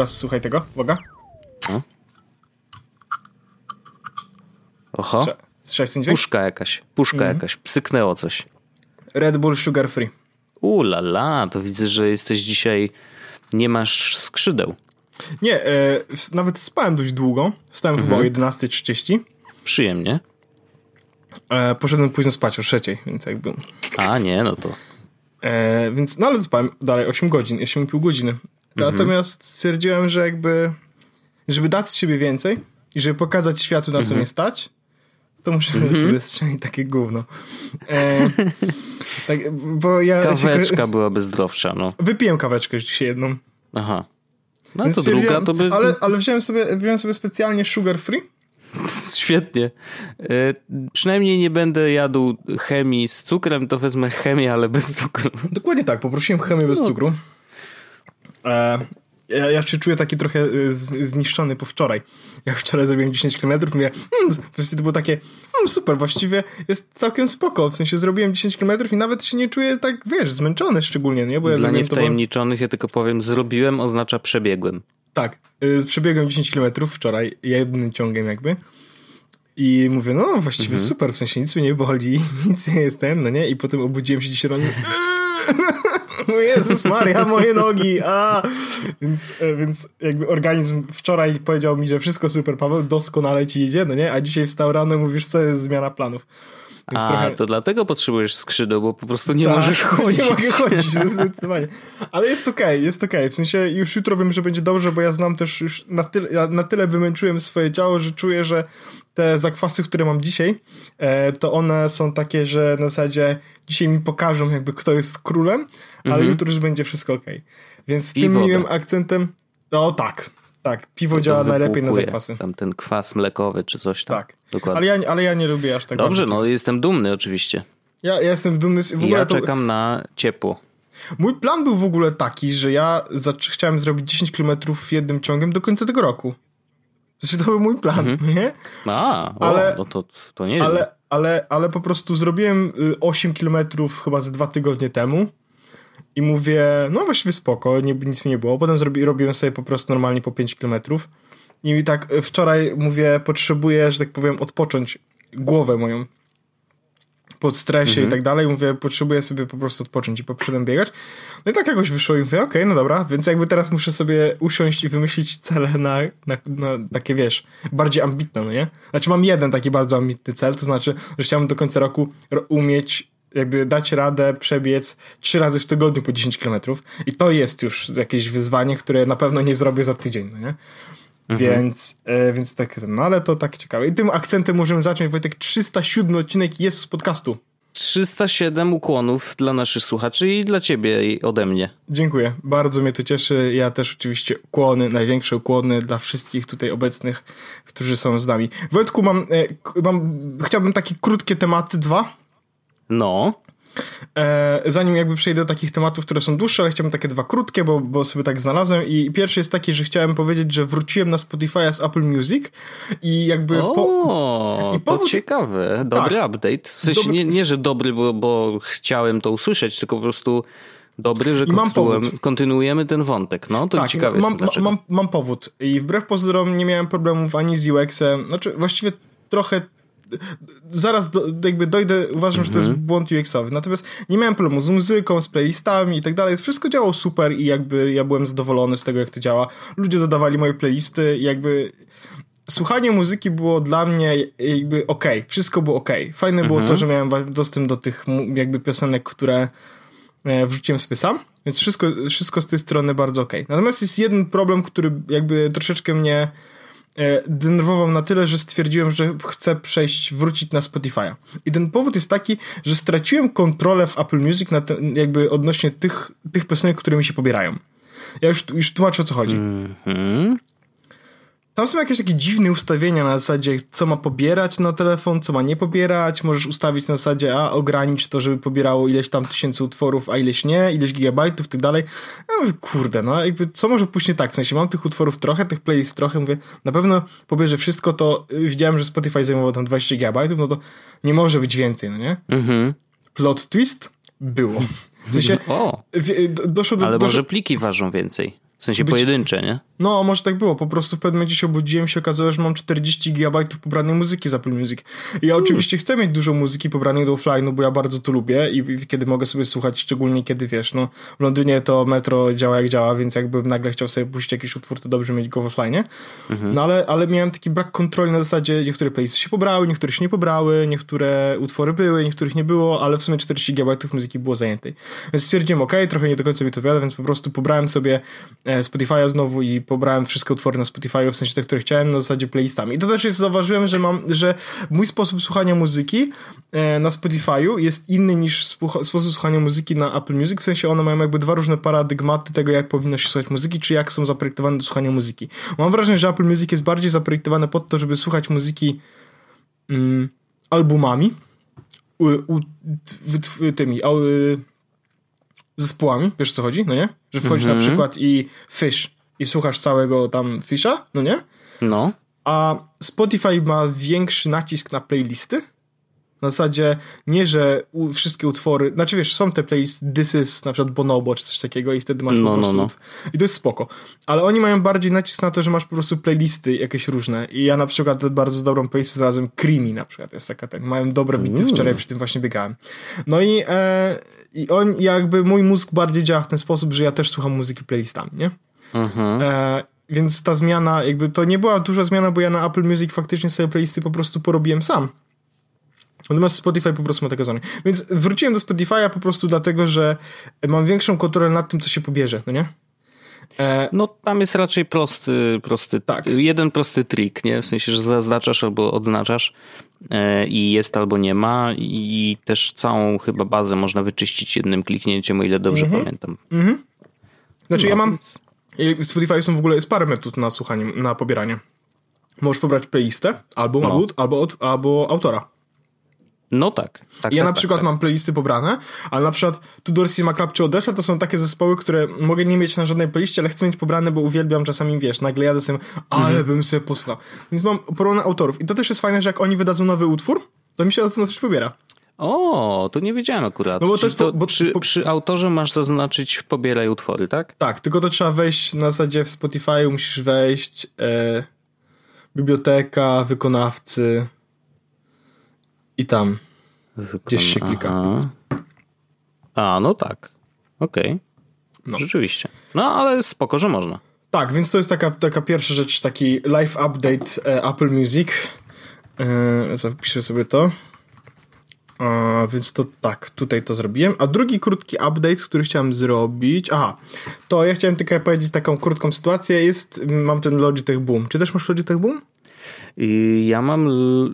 teraz słuchaj tego, uwaga. No. Oho. Słyszałeś ten dźwięk? Puszka jakaś. Psyknęło coś. Red Bull Sugar Free. La, to widzę, że jesteś dzisiaj... Nie masz skrzydeł. Nie, nawet spałem dość długo. Wstałem chyba o 11:30. Przyjemnie. Poszedłem późno spać o 3:00, więc jakby... A, nie, no to... Więc, no ale spałem dalej 8 godzin, 8,5 godziny. Natomiast stwierdziłem, że jakby... Żeby dać z siebie więcej i żeby pokazać światu, na co mnie stać, to muszę sobie strzelić takie gówno. Tak, bo ja Kaweczka byłaby zdrowsza, no. Wypiłem kaweczkę już dzisiaj jedną. Aha. No Więc to druga to by... Ale wziąłem sobie specjalnie sugar free. Świetnie. Przynajmniej nie będę jadł chemii z cukrem, to wezmę chemię, ale bez cukru. Dokładnie tak, poprosiłem chemię bez cukru. Ja się czuję taki trochę zniszczony po wczoraj. Jak wczoraj zrobiłem 10 km, mówię, to było takie, super, właściwie jest całkiem spoko. W sensie zrobiłem 10 km i nawet się nie czuję tak, wiesz, zmęczony szczególnie, nie? Bo ja dla niewtajemniczonych ja tylko powiem, zrobiłem oznacza przebiegłem. Tak, przebiegłem 10 km wczoraj, jednym ciągiem jakby. I mówię, no właściwie super, w sensie nic mnie nie boli, nic nie jest no nie? I potem obudziłem się dzisiaj rano. O Jezus Maria, moje nogi, Więc jakby organizm wczoraj powiedział mi, że wszystko super, Paweł, doskonale ci idzie, no nie? A dzisiaj wstał rano i mówisz, co jest zmiana planów. Więc to dlatego potrzebujesz skrzydeł, bo po prostu nie możesz chodzić. Nie mogę chodzić, zdecydowanie. Ale jest okej. W sensie już jutro wiem, że będzie dobrze, bo ja znam też już na tyle wymęczyłem swoje ciało, że czuję, że te zakwasy, które mam dzisiaj, to one są takie, że na zasadzie dzisiaj mi pokażą jakby kto jest królem, ale jutro już będzie wszystko okej. Więc tym miłym akcentem, no tak, piwo działa najlepiej na zakwasy. Tam ten kwas mlekowy czy coś tam. Tak, dokładnie. Ale ja nie lubię aż tak. Dobrze, no jestem dumny oczywiście. Ja jestem dumny. W ogóle ja czekam na ciepło. Mój plan był w ogóle taki, że ja chciałem zrobić 10 km jednym ciągiem do końca tego roku. Znaczy to był mój plan, nie? Ale, no to nieźle. Ale po prostu zrobiłem 8 km chyba z 2 tygodnie temu i mówię, no właściwie spoko, nic mi nie było. Potem robiłem sobie po prostu normalnie po 5 km i tak wczoraj mówię, potrzebuję, że tak powiem, odpocząć głowę moją po stresie i tak dalej. Mówię, potrzebuję sobie po prostu odpocząć i poszedłem biegać. No i tak jakoś wyszło i mówię, okej, no dobra, więc jakby teraz muszę sobie usiąść i wymyślić cele na takie, wiesz, bardziej ambitne, no nie? Znaczy mam jeden taki bardzo ambitny cel, to znaczy, że chciałbym do końca roku umieć jakby dać radę przebiec 3 razy w tygodniu po 10 km i to jest już jakieś wyzwanie, które na pewno nie zrobię za tydzień, no nie? Więc tak, no ale to tak ciekawe. I tym akcentem możemy zacząć, Wojtek, 307 odcinek jest z podcastu. 307 ukłonów dla naszych słuchaczy i dla ciebie i ode mnie. Dziękuję, bardzo mnie to cieszy. Ja też oczywiście największe ukłony dla wszystkich tutaj obecnych, którzy są z nami. Wojtku, chciałbym takie krótkie tematy 2. No. Zanim jakby przejdę do takich tematów, które są dłuższe, ale chciałbym takie 2 krótkie, bo sobie tak znalazłem i pierwszy jest taki, że chciałem powiedzieć, że wróciłem na Spotify z Apple Music i jakby to ciekawe, dobry update, w sensie nie, że dobry, bo chciałem to usłyszeć, tylko po prostu dobry, że kontynuujemy ten wątek, no to ciekawe jest dlaczego. Mam powód i wbrew pozorom nie miałem problemów ani z UX-em, znaczy właściwie trochę zaraz jakby dojdę, uważam, że to jest błąd UX-owy. Natomiast nie miałem problemu z muzyką, z playlistami i tak dalej. Wszystko działało super i jakby ja byłem zadowolony z tego, jak to działa. Ludzie zadawali moje playlisty i jakby słuchanie muzyki było dla mnie jakby okej. Wszystko było okej. Fajne było to, że miałem dostęp do tych jakby piosenek, które wrzuciłem sobie sam. Więc wszystko z tej strony bardzo okej. Natomiast jest jeden problem, który jakby troszeczkę mnie denerwował na tyle, że stwierdziłem, że chcę wrócić na Spotify'a. I ten powód jest taki, że straciłem kontrolę w Apple Music jakby odnośnie tych piosenek, które mi się pobierają. Ja już tłumaczę, o co chodzi. Tam są jakieś takie dziwne ustawienia na zasadzie, co ma pobierać na telefon, co ma nie pobierać. Możesz ustawić na zasadzie, ogranicz to, żeby pobierało ileś tam 1000 utworów, a ileś nie, ileś gigabajtów i tak dalej. Ja mówię, kurde, no jakby co może pójść nie tak? W sensie mam tych utworów trochę, tych playlist trochę, mówię, na pewno pobierze wszystko, to widziałem, że Spotify zajmował tam 20 gigabajtów, no to nie może być więcej, no nie? Plot twist? Było. W sensie może pliki ważą więcej. W sensie pojedyncze, nie? No, może tak było. Po prostu w pewnym momencie się obudziłem, się okazało, że mam 40 GB pobranej muzyki z Apple Music. I ja oczywiście chcę mieć dużo muzyki pobranej do offline'u, bo ja bardzo to lubię i kiedy mogę sobie słuchać, szczególnie kiedy, wiesz, no w Londynie to metro działa jak działa, więc jakbym nagle chciał sobie puścić jakiś utwór, to dobrze mieć go w offline'ie. No ale miałem taki brak kontroli na zasadzie, niektóre playlisty się pobrały, niektóre się nie pobrały, niektóre utwory były, niektórych nie było, ale w sumie 40 GB muzyki było zajętej. Więc stwierdziłem, trochę nie do końca mi to wiadomo, więc po prostu pobrałem sobie Spotify'a znowu i pobrałem wszystkie utwory na Spotify'u, w sensie te, które chciałem, na zasadzie playlistami. I to też jest, zauważyłem, że mój sposób słuchania muzyki na Spotify'u jest inny niż sposób słuchania muzyki na Apple Music, w sensie one mają jakby dwa różne paradygmaty tego, jak powinno się słuchać muzyki, czy jak są zaprojektowane do słuchania muzyki. Mam wrażenie, że Apple Music jest bardziej zaprojektowane pod to, żeby słuchać muzyki albumami, zespołami, wiesz co chodzi, no nie? Że wchodzisz na przykład i Fish i słuchasz całego tam Fisha, no nie? No. A Spotify ma większy nacisk na playlisty. Na zasadzie nie, że wszystkie utwory, znaczy wiesz, są te playlisty This Is, na przykład Bonobo czy coś takiego i wtedy masz po prostu i to jest spoko. Ale oni mają bardziej nacisk na to, że masz po prostu playlisty jakieś różne i ja na przykład bardzo dobrą playlistę znalazłem, Creamy na przykład jest taka, mają dobre bity, wczoraj przy tym właśnie biegałem. No i on jakby mój mózg bardziej działa w ten sposób, że ja też słucham muzyki playlistami, nie? Więc ta zmiana, jakby to nie była duża zmiana, bo ja na Apple Music faktycznie sobie playlisty po prostu porobiłem sam. Natomiast Spotify po prostu ma takie zony. Więc wróciłem do Spotify'a po prostu dlatego, że mam większą kontrolę nad tym, co się pobierze, no nie? No tam jest raczej prosty tak. Jeden prosty trik, nie? W sensie, że zaznaczasz albo odznaczasz i jest albo nie ma i też całą chyba bazę można wyczyścić jednym kliknięciem, o ile dobrze pamiętam. Znaczy ja mam w Spotify są w ogóle jest parę metod na słuchanie, na pobieranie. Możesz pobrać playlistę, album, albo autora. No tak. Ja na przykład mam playlisty pobrane, ale na przykład Tudor Cinema Club czy Odesza to są takie zespoły, które mogę nie mieć na żadnej playliście, ale chcę mieć pobrane, bo uwielbiam czasami, wiesz, nagle jadę sobie, ale bym sobie posłuchał. Więc mam pobrane autorów. I to też jest fajne, że jak oni wydadzą nowy utwór, to mi się automatycznie pobiera. O, to nie wiedziałem akurat. No bo to jest przy autorze masz zaznaczyć pobieraj utwory, tak? Tak, tylko to trzeba wejść na zasadzie w Spotify, musisz wejść biblioteka, wykonawcy i tam gdzieś się klika. No tak. Okej. No. Rzeczywiście. No, ale spoko, że można. Tak, więc to jest taka pierwsza rzecz, taki live update Apple Music. Zapiszę sobie to. Więc to tak, tutaj to zrobiłem. A drugi krótki update, który chciałem zrobić... to ja chciałem tylko powiedzieć taką krótką sytuację. Mam ten Logitech Boom. Czy też masz Logitech Boom? Ja mam...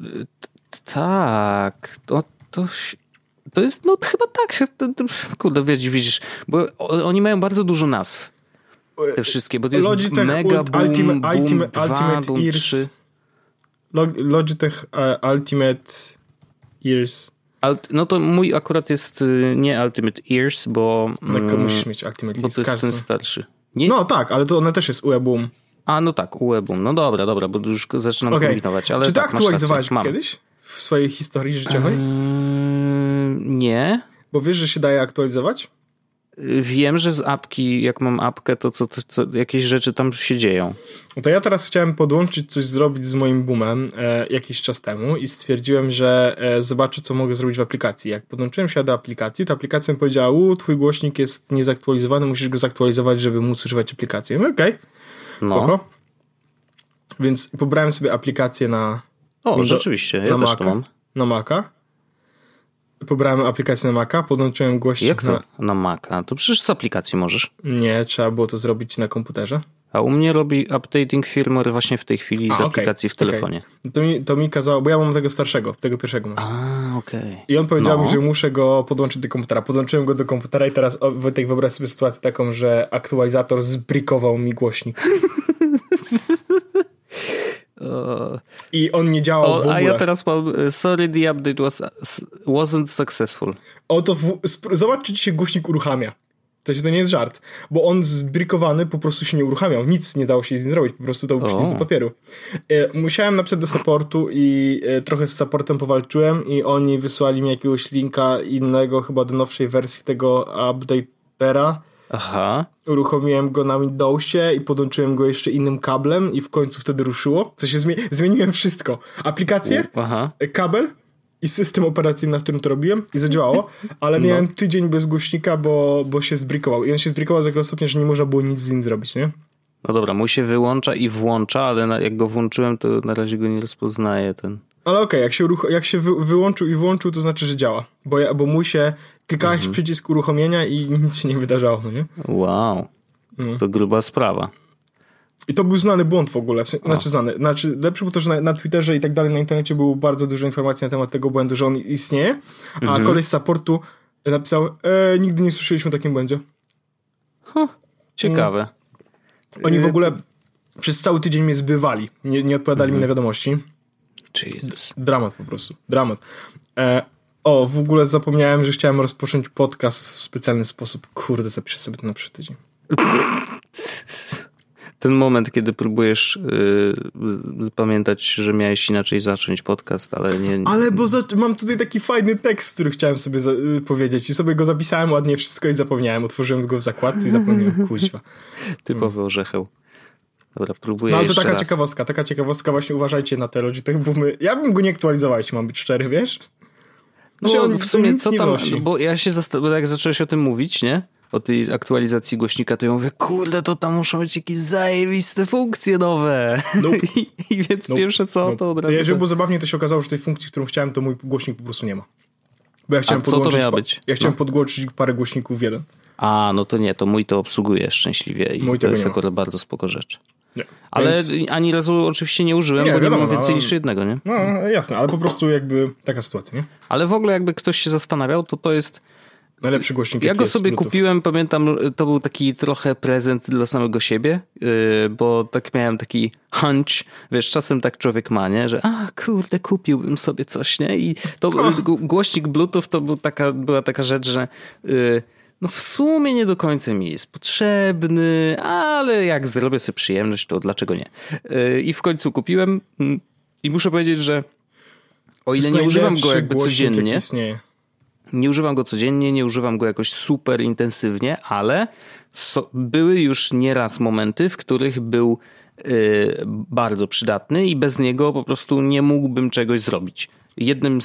Tak. To jest, no chyba tak. Kurde, widzisz, bo oni mają bardzo dużo nazw. Te wszystkie, bo to jest Logitech Mega Boom, Ultimate Boom Ears. 3. Logitech Ultimate Ears. No to mój akurat jest nie Ultimate Ears, bo... musisz mieć Ultimate Ears. Bo to jest ten starszy. Nie? No tak, ale to one też jest UE Boom. No tak, UE Boom. No dobra, bo już zaczynam kombinować. Ale czy ty tak, aktualizowałeś kiedyś w swojej historii życiowej? Nie. Bo wiesz, że się daje aktualizować? Wiem, że z apki, jak mam apkę, to jakieś rzeczy tam się dzieją. No to ja teraz chciałem podłączyć coś zrobić z moim Boomem jakiś czas temu i stwierdziłem, że zobaczę, co mogę zrobić w aplikacji. Jak podłączyłem się do aplikacji, to aplikacja mi powiedziała, twój głośnik jest niezaktualizowany, musisz go zaktualizować, żeby móc używać aplikacji. No okej. Spoko. Więc pobrałem sobie aplikację na... rzeczywiście, ja też to mam. Na Maca. Pobrałem aplikację na Maca, podłączyłem głośnik. Jak to na Maca? To przecież z aplikacji możesz. Nie, trzeba było to zrobić na komputerze. A u mnie robi updating firmware właśnie w tej chwili z aplikacji w telefonie. To mi kazało, bo ja mam tego starszego, tego pierwszego. Okej. I on powiedział mi, że muszę go podłączyć do komputera. Podłączyłem go do komputera i teraz Wojtek, wyobraź sobie sytuację taką, że aktualizator zbrikował mi głośnik. I on nie działał w ogóle. A ja teraz mam sorry, the update wasn't successful. Zobacz, czy ci się głośnik uruchamia. To nie jest żart, bo on zbrikowany po prostu się nie uruchamiał. Nic nie dało się z nim zrobić, po prostu to był przycisk do papieru. Musiałem napisać do supportu i trochę z supportem powalczyłem i oni wysłali mi jakiegoś linka innego, chyba do nowszej wersji tego updatera Aha. Uruchomiłem go na Windowsie i podłączyłem go jeszcze innym kablem i w końcu wtedy ruszyło. W sensie zmieniłem wszystko. Aplikację, kabel i system operacyjny, na którym to robiłem i zadziałało, ale miałem tydzień bez głośnika, bo się zbrikował. I on się zbrikował do tego stopnia, że nie można było nic z nim zrobić, nie? No dobra, mój się wyłącza i włącza, ale jak go włączyłem, to na razie go nie rozpoznaje ten. Ale okej, jak się wyłączył i włączył, to znaczy, że działa. Bo mój się klikałeś przycisk uruchomienia i nic się nie wydarzało, no nie? Wow, to gruba sprawa. I to był znany błąd w ogóle. Lepsze było to, że na Twitterze i tak dalej, na internecie było bardzo dużo informacji na temat tego błędu, że on istnieje, a koleś z supportu napisał, nigdy nie słyszeliśmy o takim błędzie. Ciekawe. Oni w ogóle przez cały tydzień mnie zbywali. Nie odpowiadali mi na wiadomości. Jesus. Dramat po prostu. Dramat. W ogóle zapomniałem, że chciałem rozpocząć podcast w specjalny sposób. Kurde, zapiszę sobie to na przyszły tydzień. Ten moment, kiedy próbujesz zapamiętać, że miałeś inaczej zacząć podcast, ale nie... Ale bo mam tutaj taki fajny tekst, który chciałem sobie powiedzieć i sobie go zapisałem ładnie wszystko i zapomniałem. Otworzyłem go w zakładce i zapomniałem. Kuźwa. Typowy orzecheł. Dobra, próbuję ale to taka ciekawostka, właśnie uważajcie na te Logitech, bo ja bym go nie aktualizował, jeśli mam być szczery, wiesz? No w sumie co tam, bo ja się jak zacząłeś o tym mówić, nie? O tej aktualizacji głośnika, to ja mówię, kurde, to tam muszą być jakieś zajebiste funkcje nowe. Nope. I więc pierwsze co, to od razu... Jeżeli było zabawnie, to się okazało, że tej funkcji, którą chciałem, to mój głośnik po prostu nie ma. Bo ja chciałem podłączyć, co to miało być? Ja chciałem podłączyć parę głośników w jeden. No to nie, to mój to obsługuje szczęśliwie i to jest akurat bardzo spoko rzecz. Nie. Ale ani razu oczywiście nie użyłem, bo nie mam więcej niż jednego, nie? No jasne, ale po prostu jakby taka sytuacja, nie? Ale w ogóle jakby ktoś się zastanawiał, to jest... Najlepszy głośnik. Ja go sobie kupiłem, pamiętam, to był taki trochę prezent dla samego siebie, bo tak miałem taki hunch, wiesz, czasem tak człowiek ma, nie? Że kurde, kupiłbym sobie coś, nie? I to głośnik Bluetooth to była taka rzecz, że no w sumie nie do końca mi jest potrzebny, ale jak zrobię sobie przyjemność, to dlaczego nie? I w końcu kupiłem i muszę powiedzieć, że o ile nie używam go jakby codziennie, nie używam go codziennie, nie używam go jakoś super intensywnie, ale były już nieraz momenty, w których był bardzo przydatny i bez niego po prostu nie mógłbym czegoś zrobić. Jednym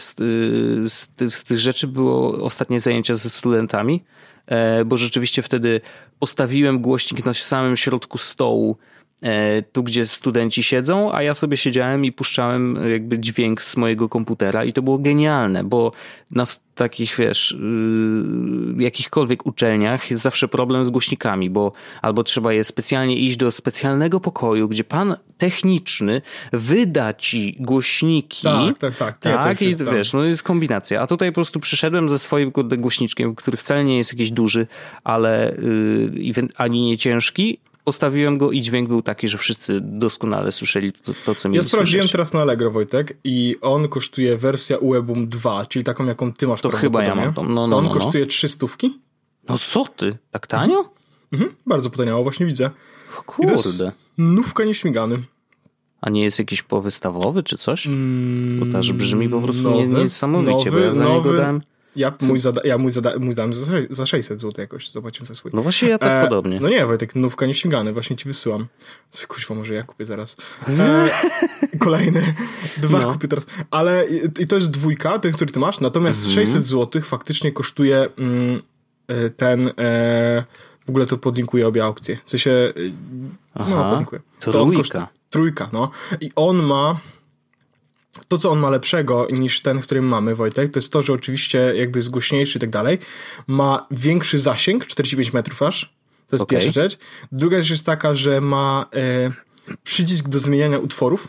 z tych rzeczy było ostatnie zajęcia ze studentami, bo rzeczywiście wtedy postawiłem głośnik na samym środku stołu, tu gdzie studenci siedzą, a ja sobie siedziałem i puszczałem jakby dźwięk z mojego komputera i to było genialne, bo na takich, wiesz, jakichkolwiek uczelniach jest zawsze problem z głośnikami, bo albo trzeba je specjalnie iść do specjalnego pokoju, gdzie pan techniczny wyda ci głośniki. Tak, i wiesz, no jest kombinacja. A tutaj po prostu przyszedłem ze swoim głośniczkiem, który wcale nie jest jakiś duży, ale ani nie ciężki. Postawiłem go i dźwięk był taki, że wszyscy doskonale słyszeli to co mieli. Ja sprawdziłem teraz na Allegro, Wojtek, i on kosztuje wersja UEBoom 2, czyli taką, jaką ty masz. To chyba ja mam tą. On kosztuje 300. No co ty? Tak tanio? Bardzo potaniało, właśnie widzę. Kurde. I to jest nówka nieśmigany. A nie jest jakiś powystawowy czy coś? Bo to aż brzmi po prostu niesamowicie, bo ja za niego dałem... Mój dałem za 600 zł jakoś, zobaczymy za swój. No właśnie ja tak podobnie. No nie, Wojtek, nówka nieśmigany, właśnie ci wysyłam. Kuźwa, może ja kupię zaraz. Kolejne 2 kupię teraz. Ale i to jest 2, ten, który ty masz, natomiast 600 zł faktycznie kosztuje ten... w ogóle to podlinkuję obie aukcje. W sensie... podlinkuję. Trójka, no. I on ma... To, co on ma lepszego niż ten, który mamy, Wojtek, to jest to, że oczywiście jakby jest głośniejszy i tak dalej. Ma większy zasięg, 45 metrów aż. To jest pierwsza rzecz. Druga rzecz jest taka, że ma przycisk do zmieniania utworów.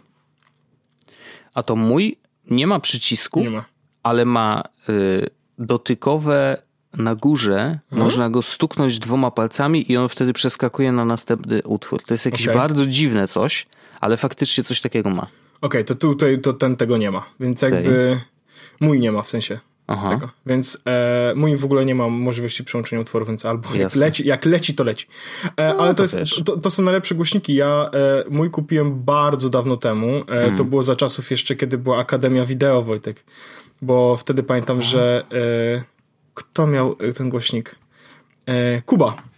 A to mój nie ma przycisku, ale ma dotykowe na górze. Można go stuknąć 2 palcami i on wtedy przeskakuje na następny utwór. To jest jakieś bardzo dziwne coś, ale faktycznie coś takiego ma. Okej, to tutaj ten tego nie ma, więc jakby mój nie ma w sensie tego, więc mój w ogóle nie ma możliwości przełączenia utworu, więc albo jak leci, to leci. Ale to są najlepsze głośniki. Mój kupiłem bardzo dawno temu, to było za czasów jeszcze, kiedy była Akademia Wideo, Wojtek, bo wtedy pamiętam, że kto miał ten głośnik?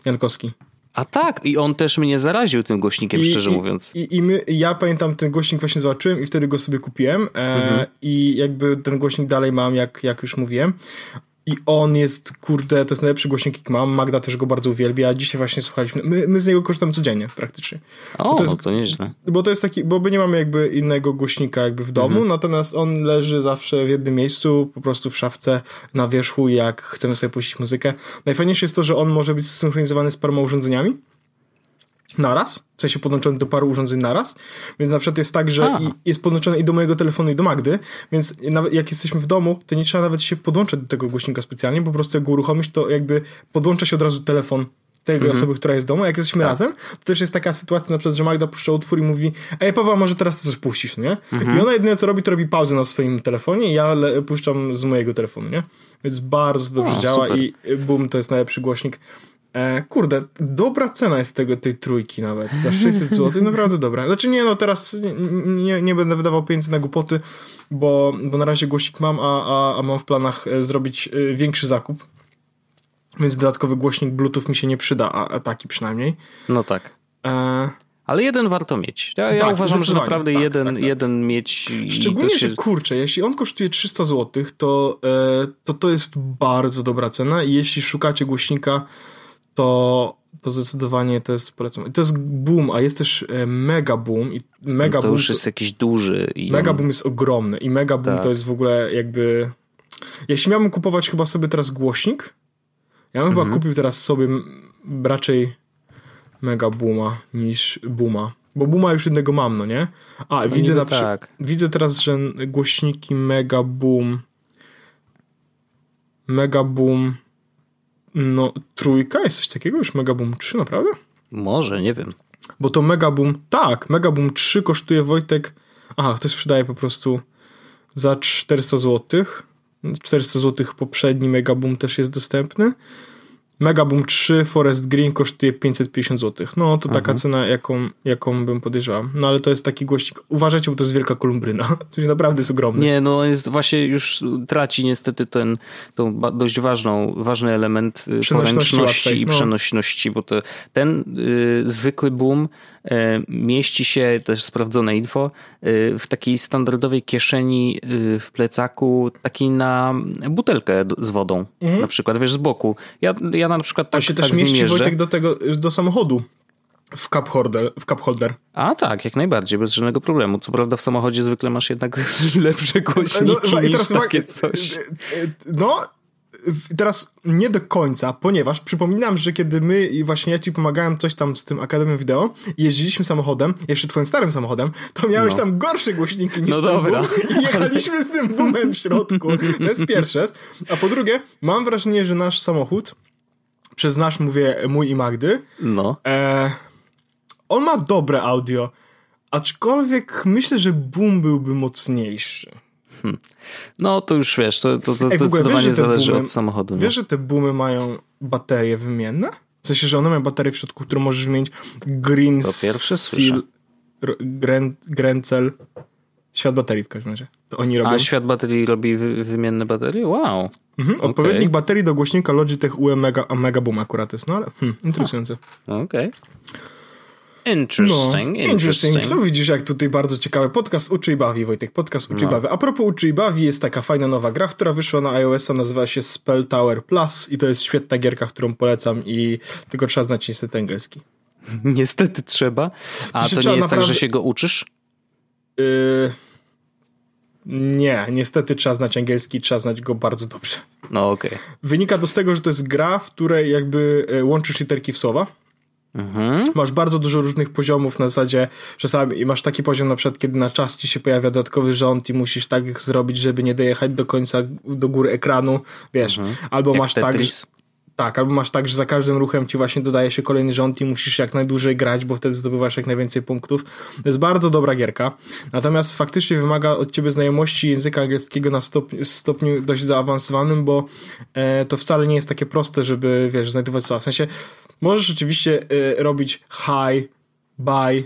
Jankowski. A tak, i on też mnie zaraził tym głośnikiem, szczerze mówiąc. Ja pamiętam, ten głośnik właśnie zobaczyłem i wtedy go sobie kupiłem i jakby ten głośnik dalej mam, jak już mówiłem. I on jest, kurde, to jest najlepszy głośnik, jaki mam. Magda też go bardzo uwielbia. Dzisiaj właśnie słuchaliśmy. My z niego korzystamy codziennie praktycznie. To nieźle. Bo to jest taki, bo my nie mamy jakby innego głośnika jakby w domu, natomiast on leży zawsze w jednym miejscu, po prostu w szafce na wierzchu, jak chcemy sobie puścić muzykę. Najfajniejsze jest to, że on może być zsynchronizowany z paroma urządzeniami naraz, w sensie podłączony do paru urządzeń naraz, więc na przykład jest tak, że jest podłączony i do mojego telefonu i do Magdy, więc nawet jak jesteśmy w domu, to nie trzeba nawet się podłączać do tego głośnika specjalnie, po prostu jak go uruchomisz, to jakby podłącza się od razu telefon tej osoby, która jest w domu. Jak jesteśmy razem, to też jest taka sytuacja na przykład, że Magda puszcza utwór i mówi: ej Paweł, może teraz ty coś puścisz, nie? I ona jedyne co robi, to robi pauzę na swoim telefonie i ja puszczam z mojego telefonu, nie? Więc bardzo dobrze działa super. I boom, to jest najlepszy głośnik. Kurde, dobra cena jest tej trójki nawet, za 600 zł, naprawdę dobra. Znaczy nie, no teraz nie będę wydawał pieniędzy na głupoty, bo na razie głośnik mam, a mam w planach zrobić większy zakup, więc dodatkowy głośnik Bluetooth mi się nie przyda, a taki przynajmniej. No tak. Ale jeden warto mieć. Ja uważam, że naprawdę jeden mieć. Szczególnie, że kurczę, jeśli on kosztuje 300 zł, to jest bardzo dobra cena i jeśli szukacie głośnika, to zdecydowanie to jest polecam. To jest boom, a jest też mega boom. I mega to już jest jakiś duży. Mega boom jest ogromny i mega boom to jest w ogóle jakby... Jeśli miałbym kupować chyba sobie teraz głośnik, ja bym chyba kupił teraz sobie raczej mega booma niż booma. Bo booma już jednego mam, no nie? Widzę teraz, że głośniki mega boom no, trójka? Jest coś takiego? Już Mega Boom 3, naprawdę? Może, nie wiem. Bo to Mega Boom... Tak, Mega Boom 3 kosztuje, Wojtek... Aha, ktoś sprzedaje po prostu za 400 zł. 400 zł poprzedni Mega Boom też jest dostępny. Mega Boom 3 Forest Green kosztuje 550 zł. No, to taka cena, jaką bym podejrzewał. No, ale to jest taki głośnik. Uważajcie, bo to jest wielka kolumbryna. To naprawdę jest ogromny. Nie, no jest właśnie już traci niestety ten dość ważny element poręczności i przenośności, bo ten zwykły boom mieści się, też sprawdzone info, w takiej standardowej kieszeni w plecaku, takiej na butelkę z wodą. Na przykład, wiesz, z boku. Ja na przykład tak. On się też mieści, Wojtek, do samochodu. W cup holder. A tak, jak najbardziej, bez żadnego problemu. Co prawda w samochodzie zwykle masz jednak lepsze głośniki niż takie coś. No, teraz nie do końca, ponieważ przypominam, że kiedy my i właśnie ja ci pomagałem coś tam z tym Akademią Wideo, jeździliśmy samochodem, jeszcze twoim starym samochodem, to miałeś tam gorsze głośniki niż dobra. Boom i jechaliśmy z tym boomem w środku. To jest pierwsze. A po drugie, mam wrażenie, że nasz samochód, przez nasz mówię mój i Magdy, on ma dobre audio, aczkolwiek myślę, że boom byłby mocniejszy. No to już wiesz, to zdecydowanie zależy od samochodu. Wiesz, że te boomy mają baterie wymienne? W sensie, że one mają baterię w środku, którą możesz wymienić Green Seal, Grencel, świat baterii w każdym razie. To oni robią. A świat baterii robi wymienne baterie? Wow. Odpowiednik baterii do głośnika Logitech UE Mega Boom akurat jest, no ale interesujące. Okej. Interesting. Co widzisz, jak tutaj bardzo ciekawy podcast Uczy i Bawi, Wojtek, podcast Uczy i Bawi. A propos Uczy i Bawi, jest taka fajna nowa gra, która wyszła na iOS-a, nazywa się Spell Tower Plus i to jest świetna gierka, którą polecam i tylko trzeba znać niestety angielski. Niestety trzeba. A to nie jest tak, że się go uczysz? Nie, niestety trzeba znać angielski, trzeba znać go bardzo dobrze. No okej. Wynika to z tego, że to jest gra, w której jakby łączysz literki w słowa. Masz bardzo dużo różnych poziomów na zasadzie, czasami masz taki poziom na przykład, kiedy na czas ci się pojawia dodatkowy rząd i musisz tak zrobić, żeby nie dojechać do końca, do góry ekranu, wiesz, albo jak masz Tetris. albo masz tak, że za każdym ruchem ci właśnie dodaje się kolejny rząd i musisz jak najdłużej grać, bo wtedy zdobywasz jak najwięcej punktów. To jest bardzo dobra gierka, natomiast faktycznie wymaga od ciebie znajomości języka angielskiego na stopniu dość zaawansowanym, bo to wcale nie jest takie proste, żeby, wiesz, znajdować słowa. W sensie możesz oczywiście robić hi, buy,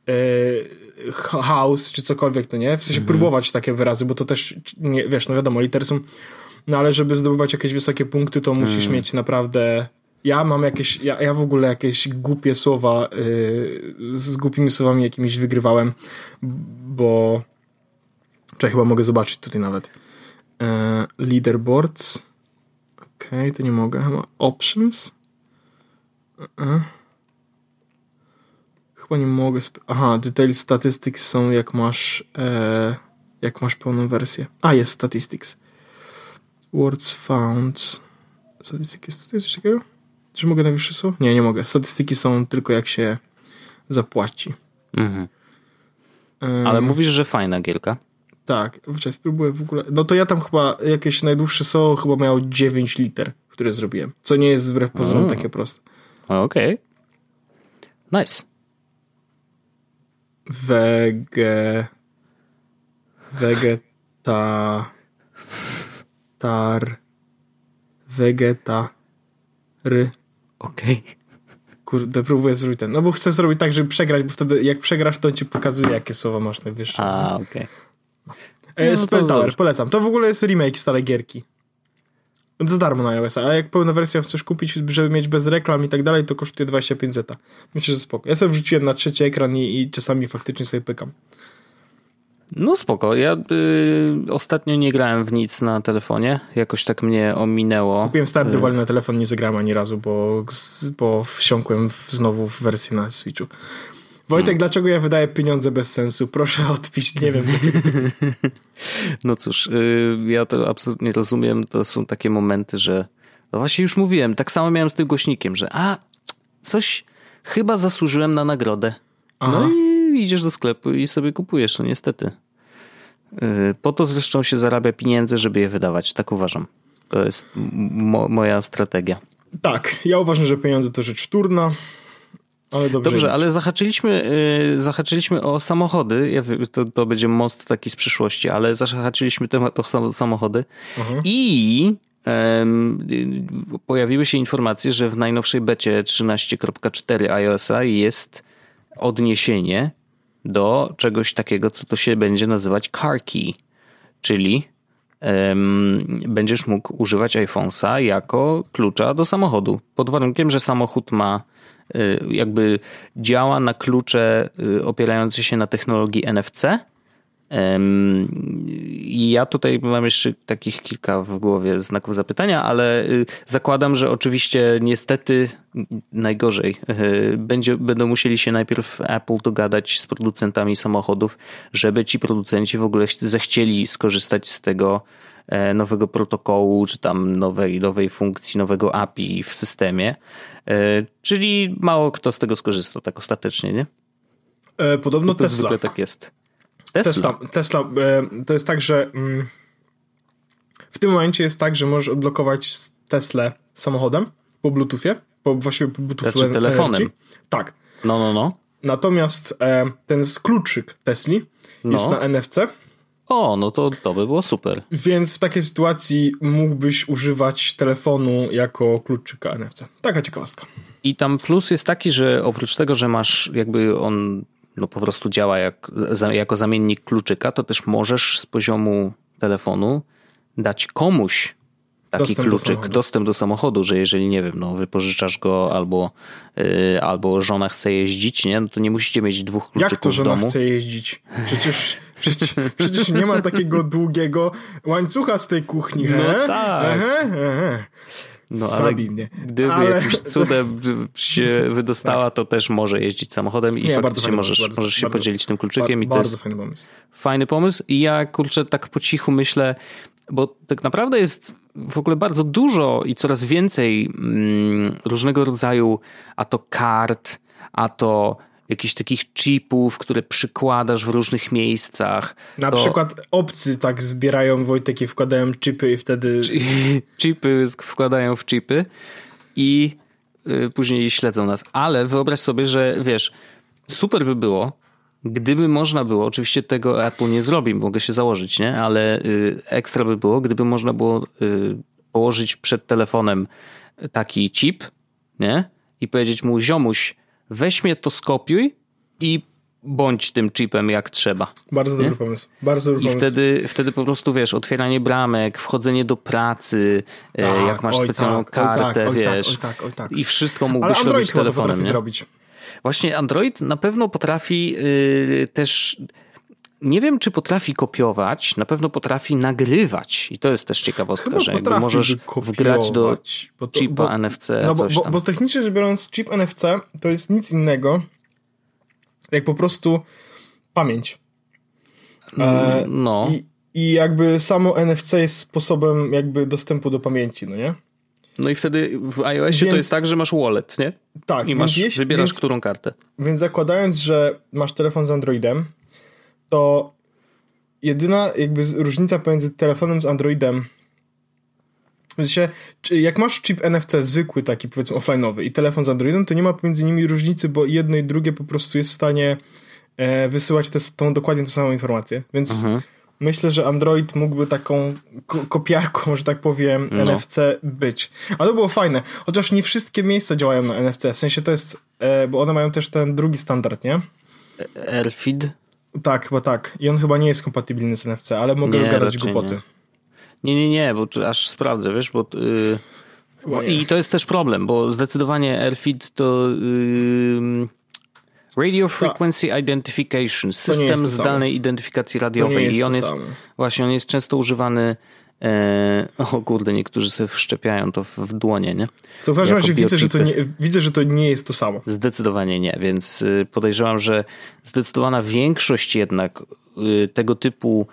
house, czy cokolwiek, to nie? W sensie próbować takie wyrazy, bo to też, nie, wiesz, no wiadomo, litery są, no ale żeby zdobywać jakieś wysokie punkty, to musisz mieć naprawdę Ja mam jakieś, ja w ogóle jakieś głupie słowa, z głupimi słowami jakimiś wygrywałem, bo chyba mogę zobaczyć tutaj nawet. Leaderboards. Okej, to nie mogę. Chyba options. Chyba nie mogę. Aha, detail statistics są jak masz pełną wersję. Jest statistics. Words found. Statystyki jest tutaj coś takiego? Czy mogę najwyższe są? Nie mogę. Statystyki są tylko jak się zapłaci. Mhm. Ale mówisz, że fajna gierka. Tak. Spróbuję w ogóle. No to ja tam chyba jakieś najdłuższe są, chyba miało 9 liter, które zrobiłem. Co nie jest wbrew pozorom takie proste. Okej. Nice. Okej. Kurde, próbuję zrobić ten. No bo chcę zrobić tak, żeby przegrać, bo wtedy jak przegrasz, to ci pokazuje, jakie słowa masz najwyższe. Okej. Spell Tower, polecam. To w ogóle jest remake starej gierki. Za darmo na iOS, a jak pełna wersja chcesz kupić, żeby mieć bez reklam i tak dalej, to kosztuje 25 zeta. Myślę, że spoko. Ja sobie wrzuciłem na trzeci ekran i czasami faktycznie sobie pykam. No spoko. Ja ostatnio nie grałem w nic na telefonie. Jakoś tak mnie ominęło. Kupiłem Stardew Valley na telefon, nie zagrałem ani razu, bo wsiąkłem znowu w wersję na Switchu. Wojtek, dlaczego ja wydaję pieniądze bez sensu? Proszę odpisz, nie wiem. No cóż, ja to absolutnie rozumiem. To są takie momenty, że no właśnie już mówiłem, tak samo miałem z tym głośnikiem, że coś chyba zasłużyłem na nagrodę. Aha. No i idziesz do sklepu i sobie kupujesz, no niestety. Po to zresztą się zarabia pieniądze, żeby je wydawać, tak uważam. To jest moja strategia. Tak, ja uważam, że pieniądze to rzecz wtórna. Ale dobrze, ale zahaczyliśmy o samochody. Ja wiem, to będzie most taki z przyszłości, ale zahaczyliśmy temat o samochody. I pojawiły się informacje, że w najnowszej becie 13.4 iOS-a jest odniesienie do czegoś takiego, co to się będzie nazywać car key, czyli będziesz mógł używać iPhone'a jako klucza do samochodu. Pod warunkiem, że samochód jakby działa na klucze opierające się na technologii NFC. I ja tutaj mam jeszcze takich kilka w głowie znaków zapytania, ale zakładam, że oczywiście niestety najgorzej będą musieli się najpierw Apple dogadać z producentami samochodów, żeby ci producenci w ogóle zechcieli skorzystać z tego nowego protokołu, czy tam nowej funkcji, nowego API w systemie. Czyli mało kto z tego skorzysta tak ostatecznie, nie? Podobno to Tesla. Zwykle tak jest. Tesla. To jest tak, że w tym momencie jest tak, że możesz odblokować Teslę samochodem po Bluetoothie, właściwie po Bluetoothu. Znaczy telefonem. Tak. No. Natomiast ten kluczyk Tesli jest na NFC. No to by było super. Więc w takiej sytuacji mógłbyś używać telefonu jako kluczyka NFC. Taka ciekawostka. I tam plus jest taki, że oprócz tego, że masz jakby on po prostu działa jako zamiennik kluczyka, to też możesz z poziomu telefonu dać komuś taki kluczyk, dostęp do samochodu, że jeżeli, nie wiem, wypożyczasz go albo żona chce jeździć, nie? No to nie musicie mieć dwóch kluczyków Jak to żona w domu. chce jeździć? Przecież nie ma takiego długiego łańcucha z tej kuchni. No tak. No ale gdyby jakimś cudem się wydostała, to też może jeździć samochodem i faktycznie możesz się podzielić tym kluczykiem. I to jest fajny pomysł. Fajny pomysł i ja kurczę tak po cichu myślę, bo tak naprawdę jest w ogóle bardzo dużo i coraz więcej różnego rodzaju a to kart, a to jakichś takich chipów, które przykładasz w różnych miejscach. Na przykład obcy tak zbierają, Wojtek, i wkładają chipy i wtedy... Chipy wkładają w chipy i później śledzą nas. Ale wyobraź sobie, że wiesz, super by było, gdyby można było, oczywiście tego Apple nie zrobi, mogę się założyć, nie? Ale ekstra by było, gdyby można było położyć przed telefonem taki chip, nie? I powiedzieć mu, ziomuś, weź mnie to skopiuj i bądź tym chipem jak trzeba. Bardzo dobry pomysł. Bardzo dobry pomysł. Wtedy po prostu, wiesz, otwieranie bramek, wchodzenie do pracy, jak masz specjalną kartę, wiesz. I wszystko mógłbyś robić telefonem. Zrobić. Właśnie Android na pewno potrafi też... Nie wiem, czy potrafi kopiować, na pewno potrafi nagrywać. I to jest też ciekawostka, chyba że jakby możesz wgrać do chipa NFC coś tam. Bo technicznie rzecz biorąc, chip NFC to jest nic innego, jak po prostu pamięć. I jakby samo NFC jest sposobem jakby dostępu do pamięci, no nie? No i wtedy w iOSie to jest tak, że masz wallet, nie? Tak. I wybierasz którą kartę. Więc zakładając, że masz telefon z Androidem, to jedyna jakby różnica pomiędzy telefonem z Androidem, w sensie, jak masz chip NFC zwykły, taki powiedzmy offline'owy i telefon z Androidem, to nie ma pomiędzy nimi różnicy, bo jedno i drugie po prostu jest w stanie wysyłać dokładnie tą samą informację. Więc myślę, że Android mógłby taką kopiarką, że tak powiem, NFC być. A to było fajne. Chociaż nie wszystkie miejsca działają na NFC. W sensie to jest, bo one mają też ten drugi standard, nie? RFID? Tak, chyba tak. I on chyba nie jest kompatybilny z NFC, ale mogę gadać głupoty. Nie, bo aż sprawdzę, wiesz, bo... I to jest też problem, bo zdecydowanie RFID to... Radio Frequency Identification, system zdalnej identyfikacji radiowej. I on jest często używany. O kurde, niektórzy sobie wszczepiają to w dłonie, nie? To w każdym razie widzę, że to nie jest to samo. Zdecydowanie nie, więc podejrzewam, że zdecydowana większość jednak tego typu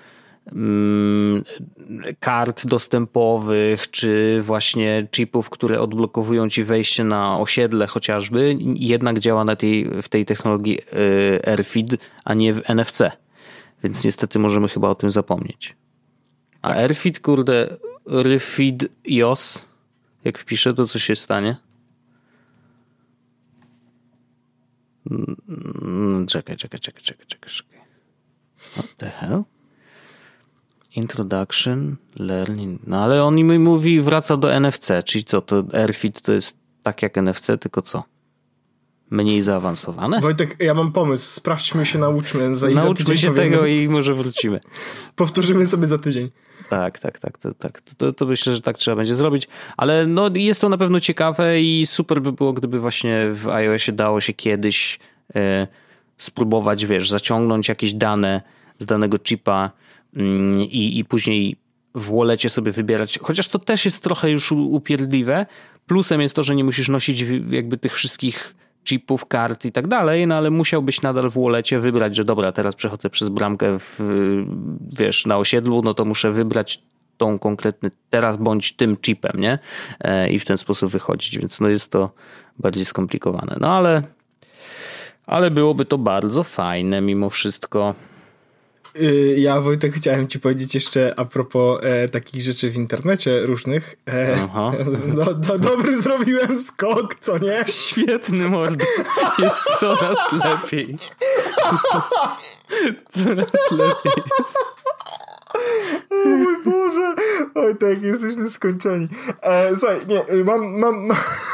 kart dostępowych, czy właśnie chipów, które odblokowują ci wejście na osiedle chociażby, jednak działa w tej technologii RFID, a nie w NFC. Więc niestety możemy chyba o tym zapomnieć. A RFID, kurde, RFID iOS, jak wpiszę, to co się stanie? Czekaj. What the hell? Introduction, learning. No ale on mi mówi, wraca do NFC, czyli co, to RFID to jest tak jak NFC, tylko co? Mniej zaawansowane? Wojtek, ja mam pomysł, sprawdźmy się, nauczmy się tego i może wrócimy. Powtórzymy sobie za tydzień. Tak. To myślę, że tak trzeba będzie zrobić, ale no jest to na pewno ciekawe i super by było, gdyby właśnie w iOSie dało się kiedyś spróbować, wiesz, zaciągnąć jakieś dane z danego chipa i później w wallecie sobie wybierać, chociaż to też jest trochę już upierdliwe. Plusem jest to, że nie musisz nosić jakby tych wszystkich chipów, kart i tak dalej, no ale musiałbyś nadal w wallecie wybrać, że dobra, teraz przechodzę przez bramkę na osiedlu, no to muszę wybrać tą konkretny teraz bądź tym chipem, nie? I w ten sposób wychodzić, więc no jest to bardziej skomplikowane. No ale byłoby to bardzo fajne mimo wszystko. Ja, Wojtek, chciałem ci powiedzieć jeszcze a propos takich rzeczy w internecie różnych. Dobry zrobiłem skok, co nie? Świetny, mordo. Jest coraz lepiej. Coraz lepiej jest. O mój Boże. Wojtek, jesteśmy skończeni. Słuchaj, nie, mam...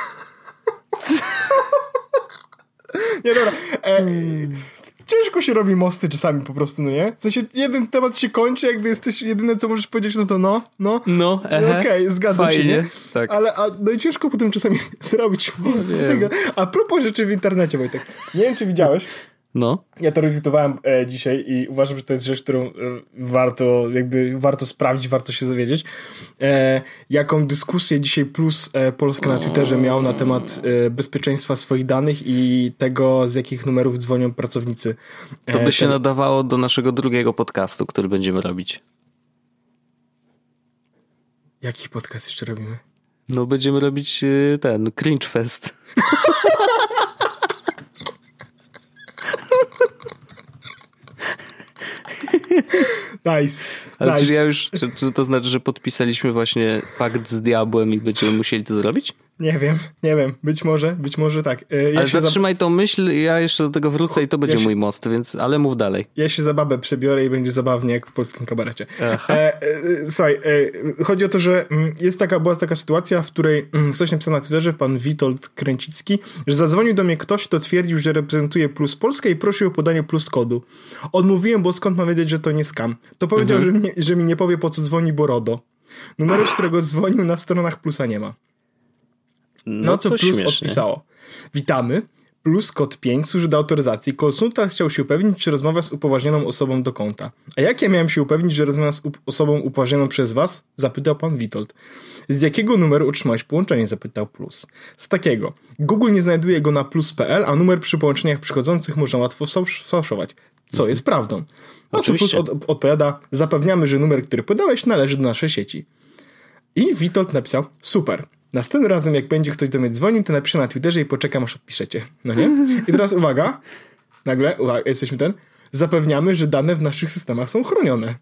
Nie, dobra. Ciężko się robi mosty czasami po prostu, no nie? W sensie jeden temat się kończy, jakby jesteś jedyne, co możesz powiedzieć, no to okej, zgadzam się, nie? Tak. Ale no i ciężko potem czasami zrobić most do tego. A propos rzeczy w internecie, Wojtek, nie wiem, czy widziałeś, no. Ja to retweetowałem dzisiaj i uważam, że to jest rzecz, którą warto sprawdzić, warto się dowiedzieć. Jaką dyskusję dzisiaj Plus Polska na Twitterze miał na temat bezpieczeństwa swoich danych i tego, z jakich numerów dzwonią pracownicy. To by się nadawało do naszego drugiego podcastu, który będziemy robić. Jaki podcast jeszcze robimy? No będziemy robić ten Cringe Fest. Nice. Ale czy to znaczy, że podpisaliśmy właśnie pakt z diabłem i będziemy musieli to zrobić? Nie wiem. Być może tak. Ale zatrzymaj tą myśl, ja jeszcze do tego wrócę i to będzie mój most, więc, ale mów dalej. Ja się za babę przebiorę i będzie zabawnie jak w polskim kabarecie. Słuchaj, chodzi o to, że była taka sytuacja, w której ktoś napisał na Twitterze, pan Witold Kręcicki, że zadzwonił do mnie ktoś, kto twierdził, że reprezentuje Plus Polskę i prosił o podanie Plus kodu. Odmówiłem, bo skąd mam wiedzieć, że to nie scam. To powiedział, że mi nie powie, po co dzwoni, bo RODO. Numeru, z którego dzwonił, na stronach Plusa nie ma. No co Plus śmiesznie odpisało. Witamy. Plus kod 5 służy do autoryzacji. Konsultant chciał się upewnić, czy rozmawia z upoważnioną osobą do konta. A jak ja miałem się upewnić, że rozmawiam z osobą upoważnioną przez was? Zapytał pan Witold. Z jakiego numeru utrzymałeś połączenie? Zapytał Plus. Z takiego. Google nie znajduje go na plus.pl, a numer przy połączeniach przychodzących można łatwo sfałszować. Co jest prawdą. No co Plus odpowiada, zapewniamy, że numer, który podałeś, należy do naszej sieci. I Witold napisał, super. Następnym razem, jak będzie ktoś do mnie dzwonił, to napiszę na Twitterze i poczekam, aż odpiszecie. No nie? I teraz uwaga, jesteśmy zapewniamy, że dane w naszych systemach są chronione.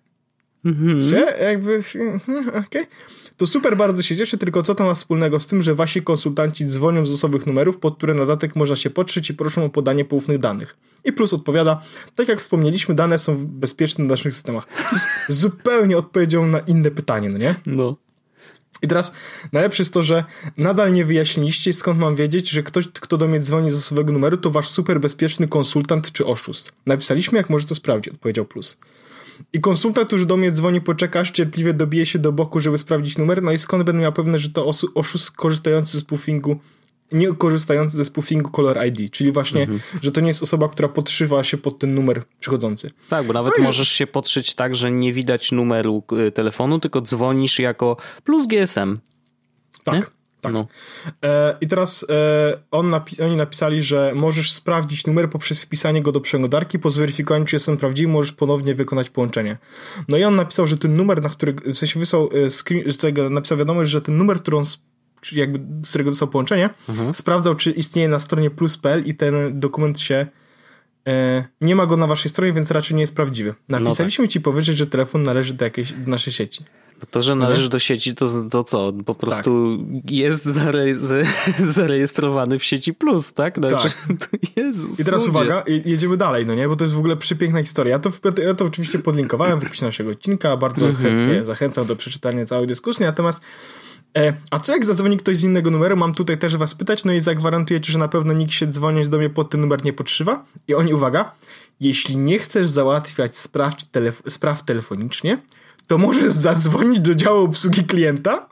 Okay. To super, bardzo się cieszę, tylko co to ma wspólnego z tym, że wasi konsultanci dzwonią z osobowych numerów, pod które na dodatek można się podszyć i proszą o podanie poufnych danych. I Plus odpowiada, tak jak wspomnieliśmy, dane są bezpieczne w naszych systemach. To jest zupełnie odpowiedzią na inne pytanie, no nie? No. I teraz najlepsze jest to, że nadal nie wyjaśniliście, skąd mam wiedzieć, że ktoś, kto do mnie dzwoni z osobowego numeru, to wasz super bezpieczny konsultant czy oszust. Napisaliśmy, jak może to sprawdzić, odpowiedział Plus. I konsultant, który do mnie dzwoni, poczeka, aż cierpliwie dobije się do boku, żeby sprawdzić numer, no i skąd będę miał pewność, że to oszust korzystający ze spoofingu, nie korzystający ze spoofingu Caller ID, czyli właśnie, że to nie jest osoba, która podszywa się pod ten numer przychodzący. Tak, bo nawet możesz się podszyć tak, że nie widać numeru telefonu, tylko dzwonisz jako plus GSM. Tak. Nie? Tak. No. I teraz oni napisali, że możesz sprawdzić numer poprzez wpisanie go do przeglądarki, po zweryfikowaniu, czy jest on prawdziwy, możesz ponownie wykonać połączenie. No i on napisał, że ten numer, na który, w sensie wysłał napisał wiadomość, że ten numer, który on z którego dostał połączenie, sprawdzał, czy istnieje na stronie plus.pl i ten dokument się nie ma go na waszej stronie, więc raczej nie jest prawdziwy. Napisaliśmy ci powyżej, że telefon należy do naszej sieci. To, że należy do sieci, to co? Po prostu jest zarejestrowany w sieci Plus, tak? Znaczy, Jezus, i teraz uwaga, jedziemy dalej, no nie? Bo to jest w ogóle przepiękna historia. Ja to oczywiście podlinkowałem w opisie naszego odcinka, bardzo chętnie zachęcam do przeczytania całej dyskusji, natomiast a co jak zadzwoni ktoś z innego numeru? Mam tutaj też was pytać, no i zagwarantujecie, że na pewno nikt się dzwoniąc do mnie pod ten numer nie podszywa? I oni, uwaga, jeśli nie chcesz załatwiać spraw telefonicznie, to możesz zadzwonić do działu obsługi klienta?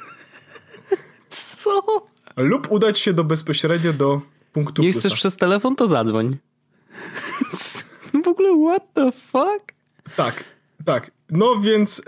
Co? Lub udać się bezpośrednio do punktu Nie chcesz przez telefon, to zadzwoń. W ogóle what the fuck? Tak. No więc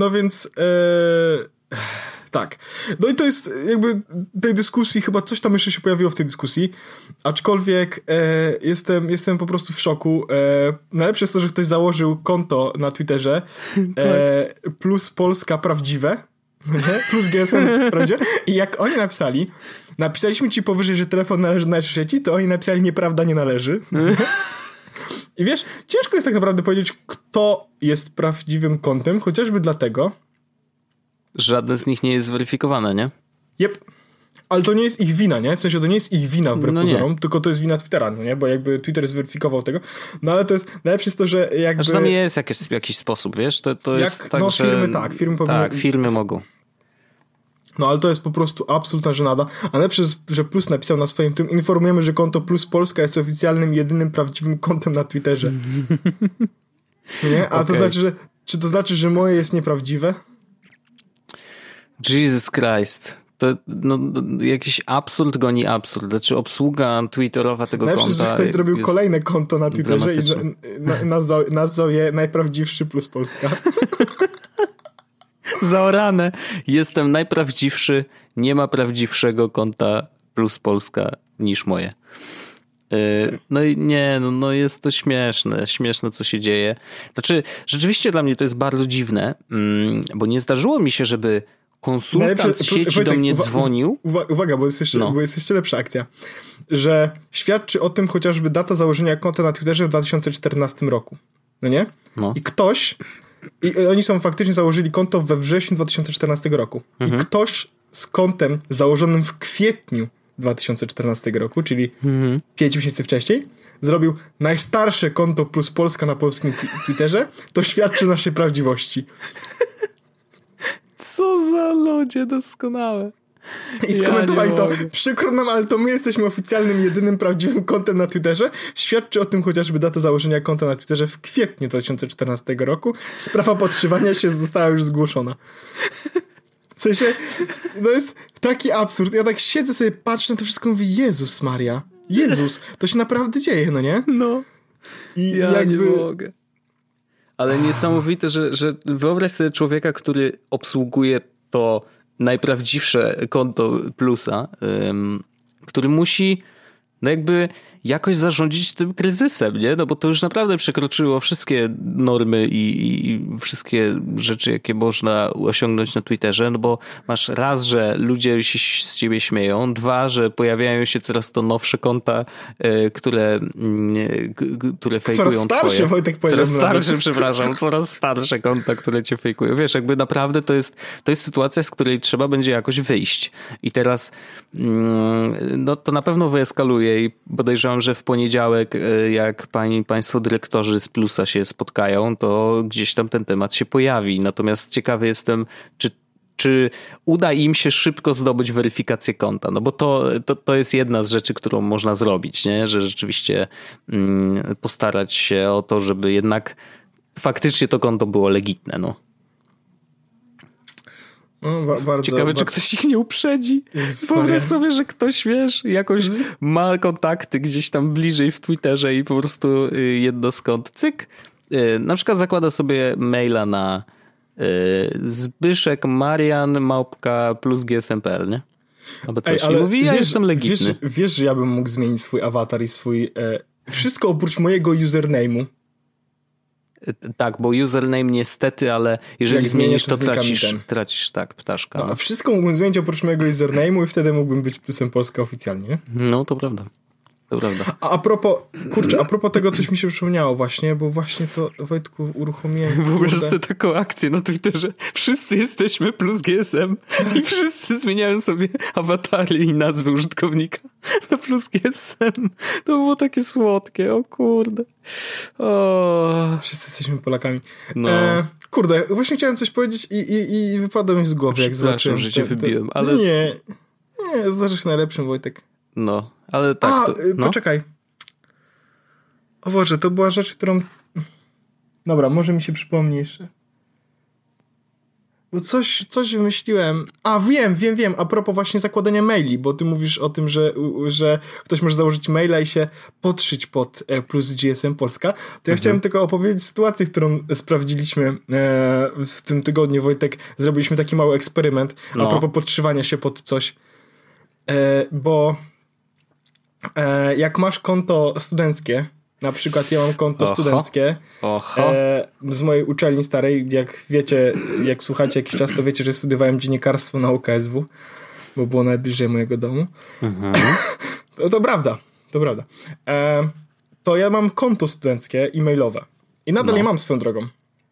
tak. No i to jest jakby tej dyskusji, chyba coś tam jeszcze się pojawiło w tej dyskusji, aczkolwiek jestem po prostu w szoku. Najlepsze jest to, że ktoś założył konto na Twitterze plus Polska prawdziwe, plus GSM prawdziwe, i jak oni napisaliśmy ci powyżej, że telefon należy do naszej sieci, to oni napisali nieprawda, nie należy. I wiesz, ciężko jest tak naprawdę powiedzieć, kto jest prawdziwym kontem, chociażby dlatego, żadne z nich nie jest zweryfikowane, nie? Yep. Ale to nie jest ich wina, nie? W sensie to nie jest ich wina wbrew pozorom, tylko to jest wina Twittera, no nie? Bo jakby Twitter zweryfikował tego. No ale to jest, najlepsze jest to, że jakby... Znaczy tam jest jakiś sposób, wiesz? To jest tak, że... Firmy powinny... Tak, firmy mogą. No ale to jest po prostu absolutna żenada. A najlepsze jest, że Plus napisał na swoim tym: informujemy, że konto Plus Polska jest oficjalnym, jedynym prawdziwym kontem na Twitterze. Nie? A to znaczy, że... Czy to znaczy, że moje jest nieprawdziwe? Jesus Christ. To jakiś absurd goni absurd. Znaczy obsługa twitterowa tego konta... Najlepsze, że ktoś zrobił kolejne konto na Twitterze i nazwał je najprawdziwszy Plus Polska. Zaorane. Jestem najprawdziwszy. Nie ma prawdziwszego konta Plus Polska niż moje. No i nie, no jest to śmieszne co się dzieje. Znaczy rzeczywiście dla mnie to jest bardzo dziwne, bo nie zdarzyło mi się, żeby konsultant z sieci do mnie dzwonił. Uwaga, bo jest jeszcze lepsza akcja, że świadczy o tym chociażby data założenia konta na Twitterze w 2014 roku. No nie? No. I oni faktycznie założyli konto we wrześniu 2014 roku. I ktoś z kontem założonym w kwietniu 2014 roku, czyli 5 miesięcy wcześniej, zrobił najstarsze konto Plus Polska na polskim Twitterze, to świadczy naszej prawdziwości. Co za ludzie doskonałe. I skomentowali to. Przykro nam, ale to my jesteśmy oficjalnym, jedynym prawdziwym kontem na Twitterze. Świadczy o tym chociażby data założenia konta na Twitterze w kwietniu 2014 roku. Sprawa podszywania się została już zgłoszona. W sensie, to jest taki absurd. Ja tak siedzę sobie, patrzę na to wszystko i mówię, Jezus Maria, Jezus, to się naprawdę dzieje, no nie? No. I ja jakby... nie mogę. Ale niesamowite, że wyobraź sobie człowieka, który obsługuje to najprawdziwsze konto Plusa, który musi no jakby jakoś zarządzić tym kryzysem, nie? No bo to już naprawdę przekroczyło wszystkie normy i wszystkie rzeczy, jakie można osiągnąć na Twitterze, no bo masz raz, że ludzie się z ciebie śmieją, dwa, że pojawiają się coraz to nowsze konta, które fejkują coraz starsze, twoje. Wojtek coraz starsze, przepraszam, coraz starsze konta, które cię fejkują. Wiesz, jakby naprawdę to jest sytuacja, z której trzeba będzie jakoś wyjść. I teraz no to na pewno wyeskaluje i podejrzewam, że w poniedziałek, jak państwo dyrektorzy z Plusa się spotkają, to gdzieś tam ten temat się pojawi. Natomiast ciekawy jestem, czy uda im się szybko zdobyć weryfikację konta. No bo to jest jedna z rzeczy, którą można zrobić, nie? Że rzeczywiście postarać się o to, żeby jednak faktycznie to konto było legitne. No. No, bardzo, ciekawe, czy ktoś ich nie uprzedzi. Wyobraź sobie, że ktoś, wiesz, jakoś ma kontakty gdzieś tam bliżej w Twitterze i po prostu jedno z kont, cyk, na przykład zakłada sobie maila na Zbyszek Marian małpka plus GSM.pl, nie? Albo coś. Ale i mówi, ja jestem legitny. Wiesz, że ja bym mógł zmienić swój awatar i swój... wszystko oprócz mojego username'u. Tak, bo username niestety, ale jeżeli jak zmienisz, to tracisz tak, ptaszka. No, a wszystko mógłbym zmienić oprócz mojego username'u i wtedy mógłbym być Plusem Polska oficjalnie. No, to prawda. To prawda. A propos tego, coś mi się przypomniało właśnie, bo właśnie to, Wojtku, uruchomiłem... Wyobraź sobie taką akcję na Twitterze. Wszyscy jesteśmy plus GSM i wszyscy zmieniają sobie awatary i nazwy użytkownika na plus GSM. To było takie słodkie, o kurde. O. Wszyscy jesteśmy Polakami. No. Kurde, właśnie chciałem coś powiedzieć i wypadło mi z głowy, jak zobaczyłem. Że cię wybiłem, ale... Nie, zdarza się najlepszym, Wojtek. No, ale tak. Poczekaj. O Boże, to była rzecz, którą... Dobra, może mi się przypomni jeszcze. Bo coś wymyśliłem. Wiem. A propos właśnie zakładania maili, bo ty mówisz o tym, że ktoś może założyć maila i się podszyć pod plus GSM Polska. To ja chciałem tylko opowiedzieć sytuację, którą sprawdziliśmy w tym tygodniu, Wojtek. Zrobiliśmy taki mały eksperyment a propos podszywania się pod coś. Bo jak masz konto studenckie, na przykład ja mam konto studenckie z mojej uczelni starej, jak wiecie, jak słuchacie jakiś czas, to wiecie, że studiowałem dziennikarstwo na UKSW, bo było najbliżej mojego domu. To prawda. To ja mam konto studenckie e-mailowe i nadal je mam swoją drogą.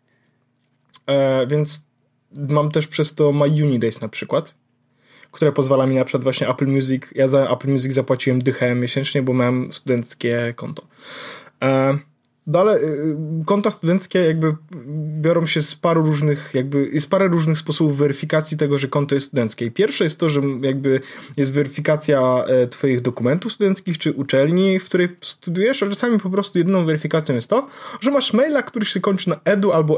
Więc mam też przez to My Unidays na przykład, które pozwala mi na przykład właśnie Apple Music. Ja za Apple Music zapłaciłem dychę miesięcznie, bo miałem studenckie konto. Dalej, konta studenckie jakby biorą się z paru różnych, jest parę różnych sposobów weryfikacji tego, że konto jest studenckie. I pierwsze jest to, że jakby jest weryfikacja twoich dokumentów studenckich, czy uczelni, w której studiujesz, a czasami po prostu jedyną weryfikacją jest to, że masz maila, który się kończy na edu albo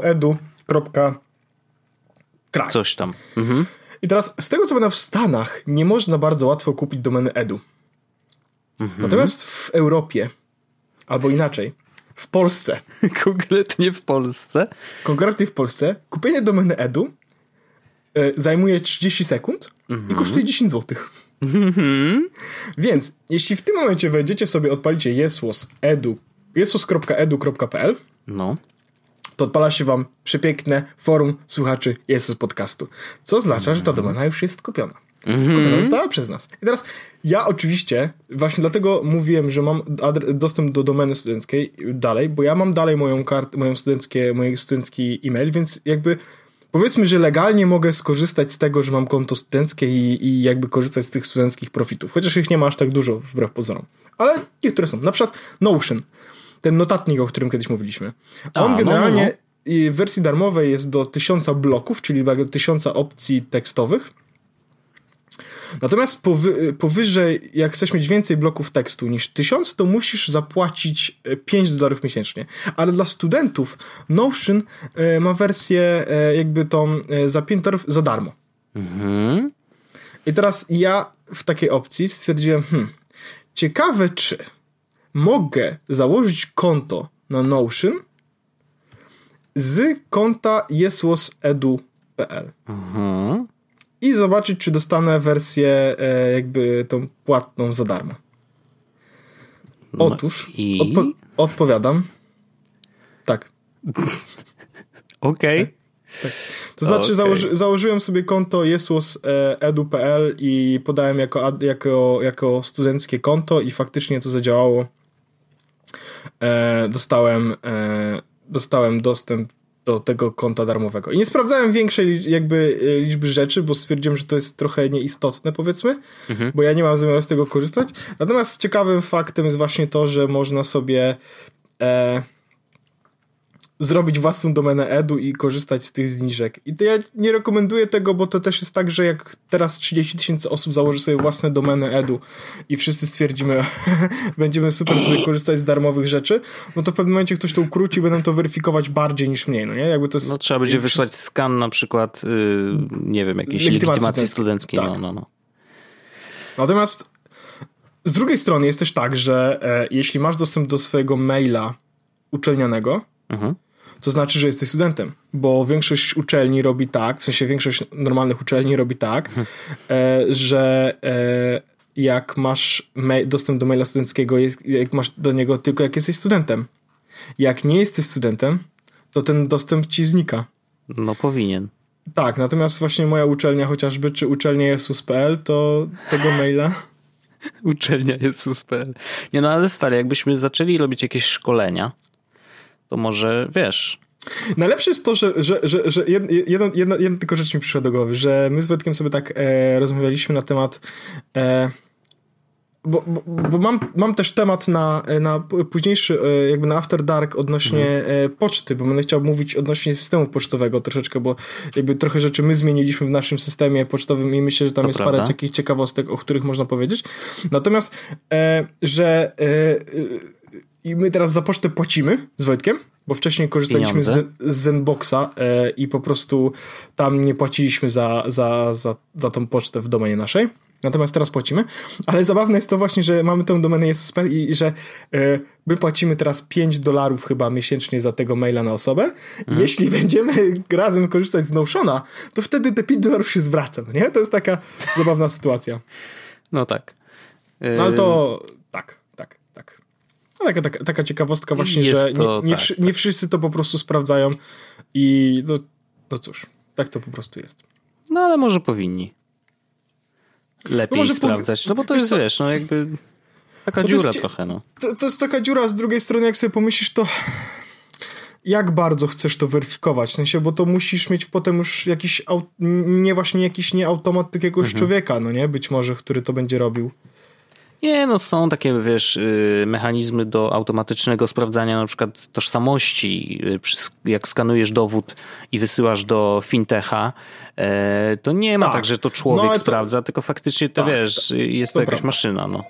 edu.kraj. Coś tam. I teraz, z tego co będę w Stanach, nie można bardzo łatwo kupić domeny edu. Natomiast w Europie, albo inaczej, w Polsce. Konkretnie w Polsce, kupienie domeny edu zajmuje 30 sekund i kosztuje 10 zł. Więc, jeśli w tym momencie wejdziecie sobie, odpalicie jesłos.edu.pl, to odpala się wam przepiękne forum słuchaczy Jesus Podcastu. Co oznacza, że ta domena już jest kupiona. Kupiona została przez nas. I teraz ja oczywiście, właśnie dlatego mówiłem, że mam dostęp do domeny studenckiej dalej, bo ja mam dalej mój studencki e-mail, więc jakby powiedzmy, że legalnie mogę skorzystać z tego, że mam konto studenckie i jakby korzystać z tych studenckich profitów. Chociaż ich nie ma aż tak dużo, wbrew pozorom. Ale niektóre są. Na przykład Notion. Ten notatnik, o którym kiedyś mówiliśmy. On generalnie w wersji darmowej jest do 1000 bloków, czyli do 1000 opcji tekstowych. Natomiast powyżej, jak chcesz mieć więcej bloków tekstu niż 1000, to musisz zapłacić $5 miesięcznie. Ale dla studentów Notion ma wersję jakby tą za $5 za darmo. Mhm. I teraz ja w takiej opcji stwierdziłem, ciekawe czy mogę założyć konto na Notion z konta jesłosedu.pl. Mhm. I zobaczyć, czy dostanę wersję jakby tą płatną za darmo. Otóż odpowiadam. Tak. Okej. Tak. To znaczy założyłem sobie konto jesłosedu.pl i podałem jako studenckie konto i faktycznie to zadziałało. Dostałem dostęp do tego konta darmowego. I nie sprawdzałem większej jakby liczby rzeczy, bo stwierdziłem, że to jest trochę nieistotne, powiedzmy, bo ja nie mam zamiaru z tego korzystać. Natomiast ciekawym faktem jest właśnie to, że można sobie zrobić własną domenę edu i korzystać z tych zniżek. I to ja nie rekomenduję tego, bo to też jest tak, że jak teraz 30 000 osób założy sobie własne domeny edu i wszyscy stwierdzimy, będziemy super sobie korzystać z darmowych rzeczy, no to w pewnym momencie ktoś to ukróci i będą to weryfikować bardziej niż mniej, no nie? Jakby to jest, no trzeba będzie wysłać skan na przykład, nie wiem, jakiejś legitymacji studenckiej. Tak. Natomiast z drugiej strony jest też tak, że jeśli masz dostęp do swojego maila uczelnianego, to znaczy, że jesteś studentem, bo większość uczelni robi tak, w sensie większość normalnych uczelni robi tak, że jak masz dostęp do maila studenckiego, jak masz do niego tylko jak jesteś studentem. Jak nie jesteś studentem, to ten dostęp ci znika. No powinien. Tak, natomiast właśnie moja uczelnia chociażby, czy uczelnia Jesus.pl, to tego maila... Uczelnia Jesus.pl. Nie no, ale stary, jakbyśmy zaczęli robić jakieś szkolenia, to może, wiesz... Najlepsze jest to, że jedna tylko rzecz mi przyszła do głowy, że my z Wojtkiem sobie tak rozmawialiśmy na temat... Bo mam też temat na późniejszy, jakby na After Dark odnośnie poczty, bo będę chciał mówić odnośnie systemu pocztowego troszeczkę, bo jakby trochę rzeczy my zmieniliśmy w naszym systemie pocztowym i myślę, że tam jest parę takich ciekawostek, o których można powiedzieć. Natomiast, i my teraz za pocztę płacimy z Wojtkiem, bo wcześniej korzystaliśmy z Zenboxa i po prostu tam nie płaciliśmy za tą pocztę w domenie naszej. Natomiast teraz płacimy. Ale zabawne jest to właśnie, że mamy tę domenę Jesus.pl i że my płacimy teraz $5 chyba miesięcznie za tego maila na osobę. Jeśli będziemy razem korzystać z Notiona, to wtedy te $5 się zwraca, no nie? To jest taka zabawna sytuacja. No tak. No ale to tak. No, taka ciekawostka właśnie, jest że nie wszyscy to po prostu sprawdzają i no cóż, tak to po prostu jest. No ale może powinni lepiej sprawdzać, no bo to jest, wiesz, no jakby taka dziura trochę, no. To jest taka dziura, a z drugiej strony jak sobie pomyślisz, to jak bardzo chcesz to weryfikować, w sensie, bo to musisz mieć potem już jakiś nie automat jakiegoś człowieka, no nie? Być może, który to będzie robił. Nie, no są takie, wiesz, mechanizmy do automatycznego sprawdzania na przykład tożsamości. Jak skanujesz dowód i wysyłasz do fintecha, to nie ma tak, że to człowiek sprawdza, tylko faktycznie to, wiesz, jest to jakaś maszyna, no.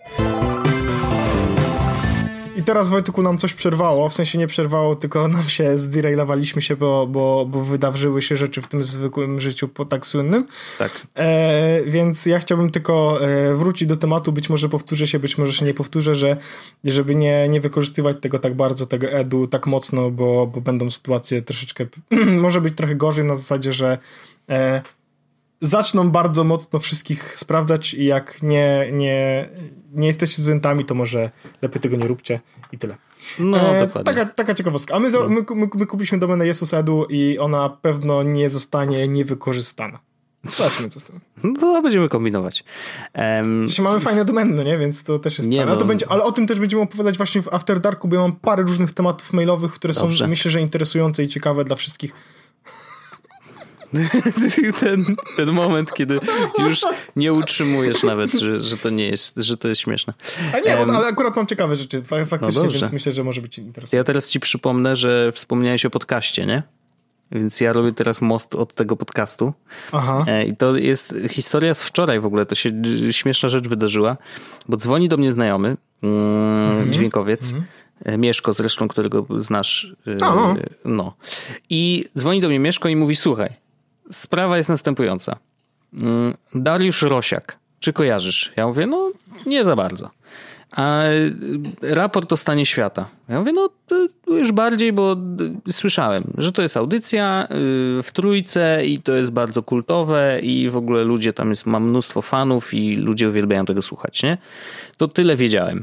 I teraz, Wojtyku, nam coś przerwało, w sensie nie przerwało, tylko nam się zderailowaliśmy się, bo wydarzyły się rzeczy w tym zwykłym życiu tak słynnym. Tak. Więc ja chciałbym tylko wrócić do tematu, być może powtórzę się, być może się nie powtórzę, żeby nie wykorzystywać tego tak bardzo, tego edu tak mocno, bo będą sytuacje troszeczkę, może być trochę gorzej na zasadzie, że zaczną bardzo mocno wszystkich sprawdzać i jak nie jesteście studentami, to może lepiej tego nie róbcie i tyle. No, dokładnie. Taka ciekawostka. A my kupiliśmy domenę Jesus.edu i ona pewno nie zostanie niewykorzystana. Zobaczmy, co z tym. No to będziemy kombinować. Mamy fajne domeny, no nie? Więc to też jest fajne. Ale o tym też będziemy opowiadać właśnie w After Darku, bo ja mam parę różnych tematów mailowych, które są, myślę, że interesujące i ciekawe dla wszystkich. Ten moment, kiedy już nie utrzymujesz nawet, że to nie jest, że to jest śmieszne. A nie, ale akurat mam ciekawe rzeczy, faktycznie, no więc myślę, że może być interesujące. Ja teraz ci przypomnę, że wspomniałeś o podcaście, nie? Więc ja robię teraz most od tego podcastu. Aha. I to jest historia z wczoraj w ogóle. To się śmieszna rzecz wydarzyła, bo dzwoni do mnie znajomy, dźwiękowiec, Mieszko zresztą, którego znasz. No. I dzwoni do mnie Mieszko i mówi, słuchaj, sprawa jest następująca. Dariusz Rosiak, czy kojarzysz? Ja mówię, no nie za bardzo. A raport o stanie świata. Ja mówię, no to już bardziej, bo słyszałem, że to jest audycja w Trójce i to jest bardzo kultowe i w ogóle ludzie tam ma mnóstwo fanów i ludzie uwielbiają tego słuchać, nie? To tyle wiedziałem.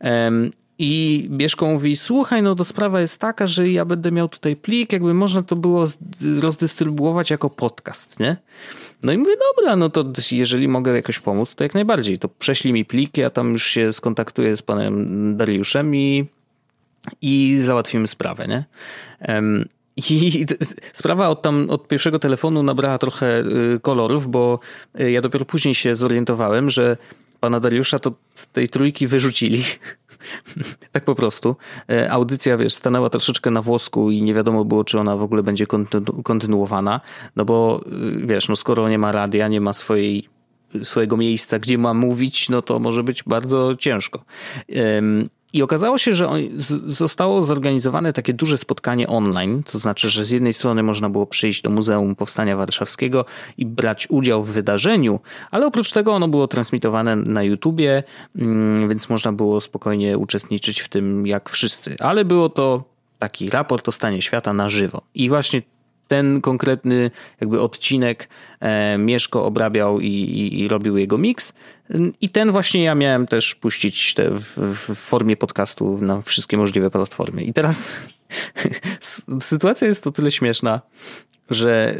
I Mieszko mówi, słuchaj, no to sprawa jest taka, że ja będę miał tutaj plik, jakby można to było rozdystrybuować jako podcast, nie? No i mówię, dobra, no to jeżeli mogę jakoś pomóc, to jak najbardziej. To prześlij mi plik, ja tam już się skontaktuję z panem Dariuszem i załatwimy sprawę, nie? I sprawa od pierwszego telefonu nabrała trochę kolorów, bo ja dopiero później się zorientowałem, że pana Dariusza to z tej Trójki wyrzucili. Tak po prostu. Audycja, stanęła troszeczkę na włosku i nie wiadomo było, czy ona w ogóle będzie kontynuowana. No bo, skoro nie ma radia, nie ma swojego miejsca, gdzie ma mówić, no to może być bardzo ciężko. I okazało się, że zostało zorganizowane takie duże spotkanie online, to znaczy, że z jednej strony można było przyjść do Muzeum Powstania Warszawskiego i brać udział w wydarzeniu, ale oprócz tego ono było transmitowane na YouTubie, więc można było spokojnie uczestniczyć w tym jak wszyscy. Ale było to taki raport o stanie świata na żywo. I właśnie ten konkretny jakby odcinek Mieszko obrabiał i robił jego miks. I ten właśnie ja miałem też puścić w formie podcastu na wszystkie możliwe platformy. I teraz sytuacja jest o tyle śmieszna, że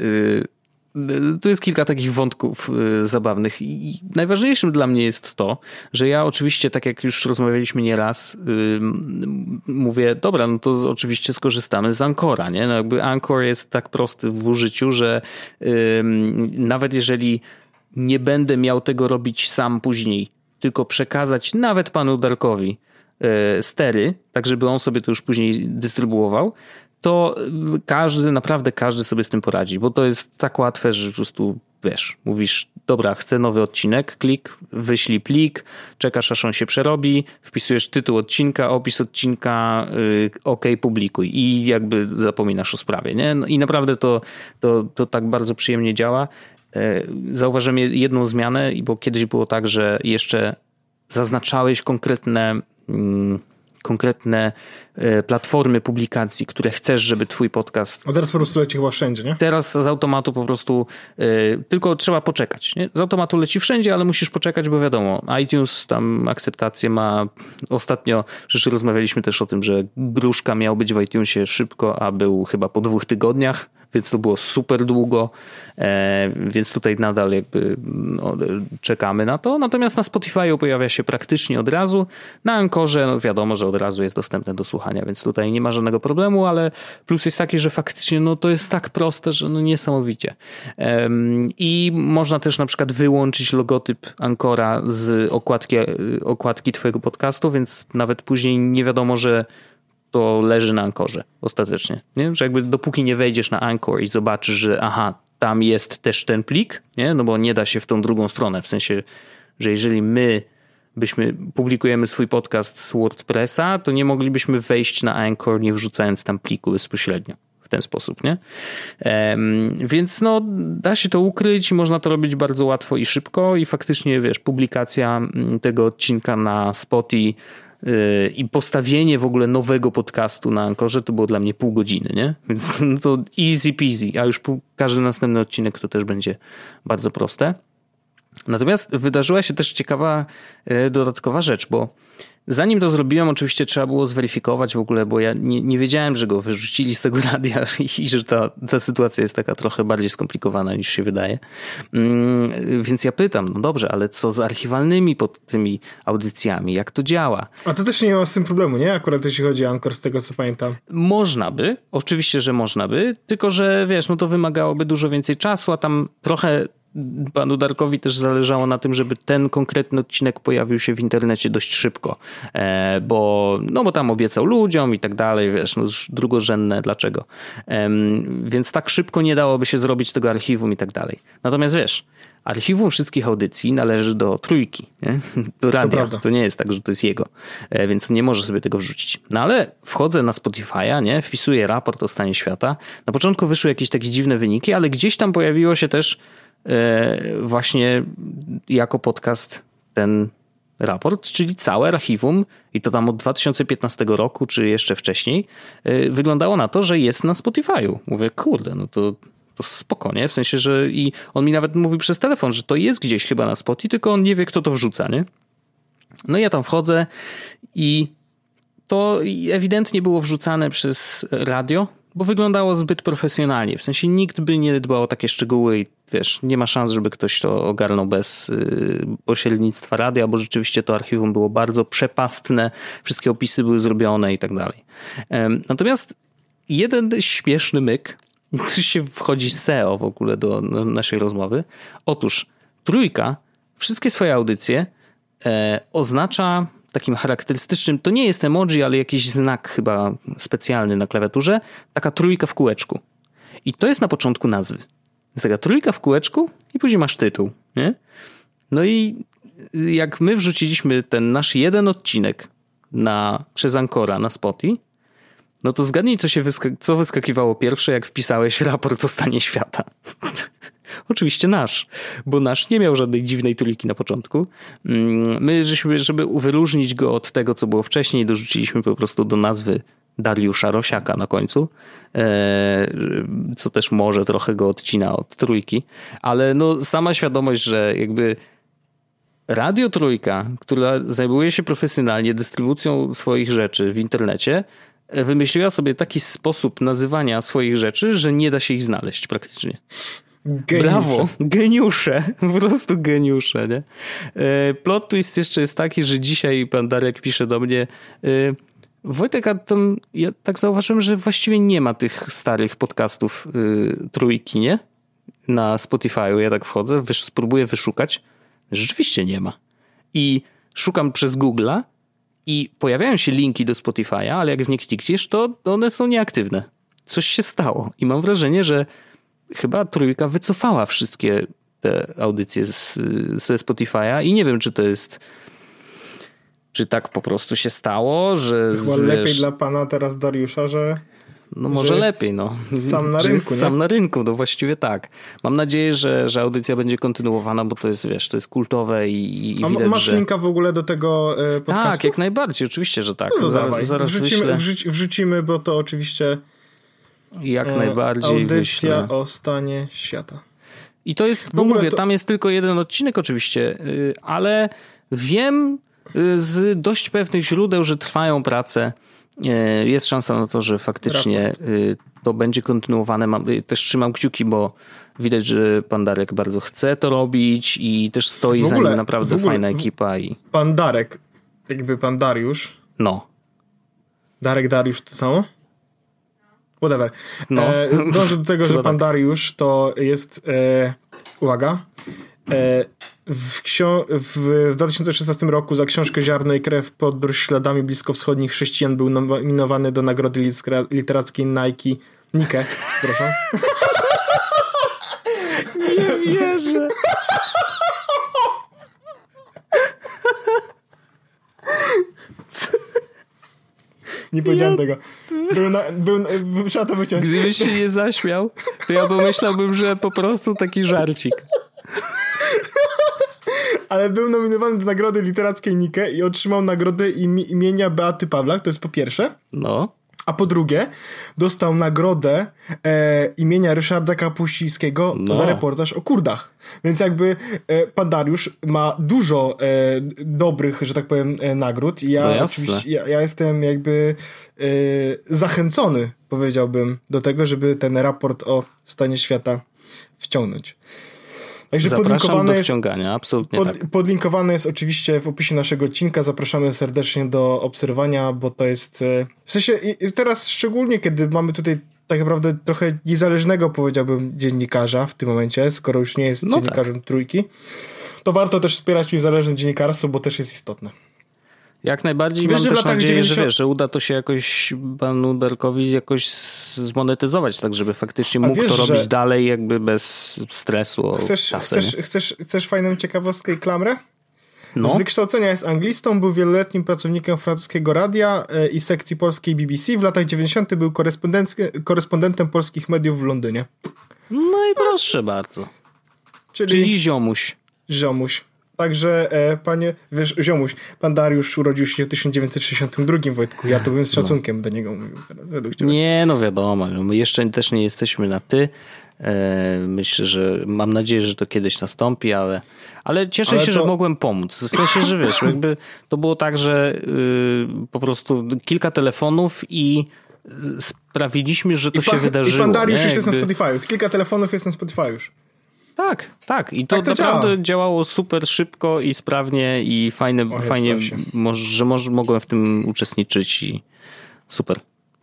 tu jest kilka takich wątków zabawnych i najważniejszym dla mnie jest to, że ja oczywiście, tak jak już rozmawialiśmy nieraz, mówię, dobra, no to oczywiście skorzystamy z Anchora, nie? No jakby Anchor jest tak prosty w użyciu, że nawet jeżeli nie będę miał tego robić sam później, tylko przekazać nawet panu Darkowi stery, tak żeby on sobie to już później dystrybuował, to naprawdę każdy sobie z tym poradzi, bo to jest tak łatwe, że po prostu mówisz, dobra, chcę nowy odcinek, klik, wyślij plik, czekasz aż on się przerobi, wpisujesz tytuł odcinka, opis odcinka, publikuj i jakby zapominasz o sprawie, nie? No i naprawdę to tak bardzo przyjemnie działa. Zauważyłem jedną zmianę, bo kiedyś było tak, że jeszcze zaznaczałeś konkretne platformy publikacji, które chcesz, żeby twój podcast... A teraz po prostu leci chyba wszędzie, nie? Teraz z automatu po prostu tylko trzeba poczekać. Nie? Z automatu leci wszędzie, ale musisz poczekać, bo wiadomo, iTunes tam akceptację ma. Ostatnio przecież rozmawialiśmy też o tym, że Gruszka miał być w iTunesie szybko, a był chyba po 2 tygodniach, więc to było super długo, więc tutaj nadal jakby czekamy na to. Natomiast na Spotify'u pojawia się praktycznie od razu. Na Anchorze wiadomo, że od razu jest dostępne do słuchania, więc tutaj nie ma żadnego problemu, ale plus jest taki, że faktycznie to jest tak proste, że niesamowicie. I można też na przykład wyłączyć logotyp Anchora z okładki twojego podcastu, więc nawet później nie wiadomo, że to leży na Anchorze ostatecznie. Nie? Że jakby dopóki nie wejdziesz na Anchor i zobaczysz, że tam jest też ten plik, nie? No bo nie da się w tą drugą stronę, w sensie, że jeżeli my publikujemy swój podcast z WordPressa, to nie moglibyśmy wejść na Anchor, nie wrzucając tam pliku bezpośrednio w ten sposób, nie? Więc da się to ukryć, można to robić bardzo łatwo i szybko i faktycznie, publikacja tego odcinka na Spotify i postawienie w ogóle nowego podcastu na Anchorze to było dla mnie pół godziny, nie? Więc to easy peasy, a już każdy następny odcinek to też będzie bardzo proste. Natomiast wydarzyła się też ciekawa dodatkowa rzecz, bo Zanim to zrobiłem, oczywiście trzeba było zweryfikować w ogóle, bo ja nie wiedziałem, że go wyrzucili z tego radia i że ta sytuacja jest taka trochę bardziej skomplikowana niż się wydaje. Więc ja pytam, no dobrze, ale co z archiwalnymi pod tymi audycjami? Jak to działa? A to też nie ma z tym problemu, nie? Akurat jeśli chodzi o Anchor, z tego co pamiętam. Można by, oczywiście, że można by, tylko że wiesz, no to wymagałoby dużo więcej czasu, a tam trochę panu Darkowi też zależało na tym, żeby ten konkretny odcinek pojawił się w internecie dość szybko, bo tam obiecał ludziom i tak dalej, wiesz, no już drugorzędne, dlaczego. Więc tak szybko nie dałoby się zrobić tego archiwum i tak dalej. Natomiast wiesz, archiwum wszystkich audycji należy do Trójki, nie? Do radia. To nie jest tak, że to jest jego, więc nie może sobie tego wrzucić. No ale wchodzę na Spotify'a, nie? Wpisuję raport o stanie świata. Na początku wyszły jakieś takie dziwne wyniki, ale gdzieś tam pojawiło się też właśnie jako podcast ten raport, czyli całe archiwum i to tam od 2015 roku, czy jeszcze wcześniej, wyglądało na to, że jest na Spotify'u. Mówię, kurde, no to spoko, nie? W sensie, że i on mi nawet mówi przez telefon, że to jest gdzieś chyba na Spotify, tylko on nie wie, kto to wrzuca, nie? No i ja tam wchodzę i to ewidentnie było wrzucane przez radio, bo wyglądało zbyt profesjonalnie. W sensie nikt by nie dbał o takie szczegóły i wiesz, nie ma szans, żeby ktoś to ogarnął bez pośrednictwa radia, bo rzeczywiście to archiwum było bardzo przepastne, wszystkie opisy były zrobione i tak dalej. Natomiast jeden śmieszny myk, tu się wchodzi SEO w ogóle do naszej rozmowy. Otóż Trójka wszystkie swoje audycje oznacza takim charakterystycznym, to nie jest emoji, ale jakiś znak chyba specjalny na klawiaturze, taka trójka w kółeczku. I to jest na początku nazwy. Jest taka trójka w kółeczku i później masz tytuł, nie? No i jak my wrzuciliśmy ten nasz jeden odcinek przez Anchora na Spotify, no to zgadnij, co wyskakiwało pierwsze, jak wpisałeś raport o stanie świata. Oczywiście nasz, bo nasz nie miał żadnej dziwnej trójki na początku. My, żeby wyróżnić go od tego, co było wcześniej, dorzuciliśmy po prostu do nazwy Dariusza Rosiaka na końcu, co też może trochę go odcina od trójki, ale no sama świadomość, że jakby Radio Trójka, która zajmuje się profesjonalnie dystrybucją swoich rzeczy w internecie, wymyśliła sobie taki sposób nazywania swoich rzeczy, że nie da się ich znaleźć praktycznie. Geniusze. Brawo, geniusze, po prostu geniusze, nie? Plot twist jeszcze jest taki, że dzisiaj pan Darek pisze do mnie, Wojtek, a tam ja tak zauważyłem, że właściwie nie ma tych starych podcastów Trójki, nie? Na Spotify'u ja tak wchodzę, spróbuję wyszukać. Rzeczywiście nie ma. I szukam przez Google'a i pojawiają się linki do Spotify'a, ale jak w nie klikniesz, to one są nieaktywne. Coś się stało i mam wrażenie, że chyba Trójka wycofała wszystkie te audycje ze Spotify'a i nie wiem, czy to jest... Czy tak po prostu się stało, że... Chyba lepiej dla pana teraz Dariusza, że... No może lepiej, no. Sam na rynku, nie? Sam na rynku, no właściwie tak. Mam nadzieję, że audycja będzie kontynuowana, bo to jest, wiesz, to jest kultowe i widać, masz linka w ogóle do tego podcastu? Tak, jak najbardziej, oczywiście, że tak. No zaraz wrzucimy, bo to oczywiście jak najbardziej audycja wyślę. O stanie świata. I to jest, no mówię, tam jest tylko jeden odcinek oczywiście, ale wiem z dość pewnych źródeł, że trwają prace. Jest szansa na to, że faktycznie to będzie kontynuowane. Też trzymam kciuki, bo widać, że pan Darek bardzo chce to robić i też stoi za nim naprawdę fajna ekipa. Pan Darek, jakby pan Dariusz. No. Dariusz to samo? Whatever. No. Dążę do tego, że pan Dariusz to jest uwaga, w 2016 roku za książkę Ziarno i krew podróż śladami bliskowschodnich chrześcijan był nominowany do nagrody literackiej Nike. Proszę. Nie wierzę. Nie powiedziałem tego. Trzeba to wyciąć. Gdybyś się nie zaśmiał, to ja pomyślałbym, że po prostu taki żarcik. Ale był nominowany do nagrody literackiej Nike i otrzymał nagrodę imienia Beaty Pawlak, to jest po pierwsze. No. A po drugie, dostał nagrodę imienia Ryszarda Kapuścińskiego za reportaż o Kurdach. Więc jakby pan Dariusz ma dużo dobrych, że tak powiem, nagród. I ja oczywiście ja jestem jakby zachęcony, powiedziałbym, do tego, żeby ten raport o stanie świata wciągnąć. Także zapraszam do wciągania, absolutnie tak. Podlinkowane jest oczywiście w opisie naszego odcinka. Zapraszamy serdecznie do obserwowania, bo to jest... W sensie teraz szczególnie, kiedy mamy tutaj tak naprawdę trochę niezależnego, powiedziałbym, dziennikarza w tym momencie, skoro już nie jest dziennikarzem Trójki, to warto też wspierać niezależne dziennikarstwo, bo też jest istotne. Jak najbardziej. Mam też nadzieję, że uda to się jakoś panu Berkowi jakoś zmonetyzować, tak żeby faktycznie mógł to robić dalej jakby bez stresu. Chcesz fajną ciekawostkę i klamrę? No. Z wykształcenia jest anglistą, był wieloletnim pracownikiem francuskiego radia i sekcji polskiej BBC. W latach 90. był korespondentem polskich mediów w Londynie. No i proszę bardzo. Czyli ziomuś. Ziomuś. Także, panie, wiesz, ziomuś, pan Dariusz urodził się w 1962, Wojtku. Ja to bym z szacunkiem do niego mówił teraz, według ciebie. Nie, no wiadomo, my jeszcze też nie jesteśmy na ty. Myślę, że mam nadzieję, że to kiedyś nastąpi, ale cieszę się, że mogłem pomóc. W sensie, że wiesz, jakby to było tak, że po prostu kilka telefonów i sprawiliśmy, że to się wydarzyło. I pan Dariusz już jest na Spotify. Kilka telefonów jest na Spotify już. Tak. I to naprawdę działało super szybko i sprawnie i fajnie, że mogłem w tym uczestniczyć i super.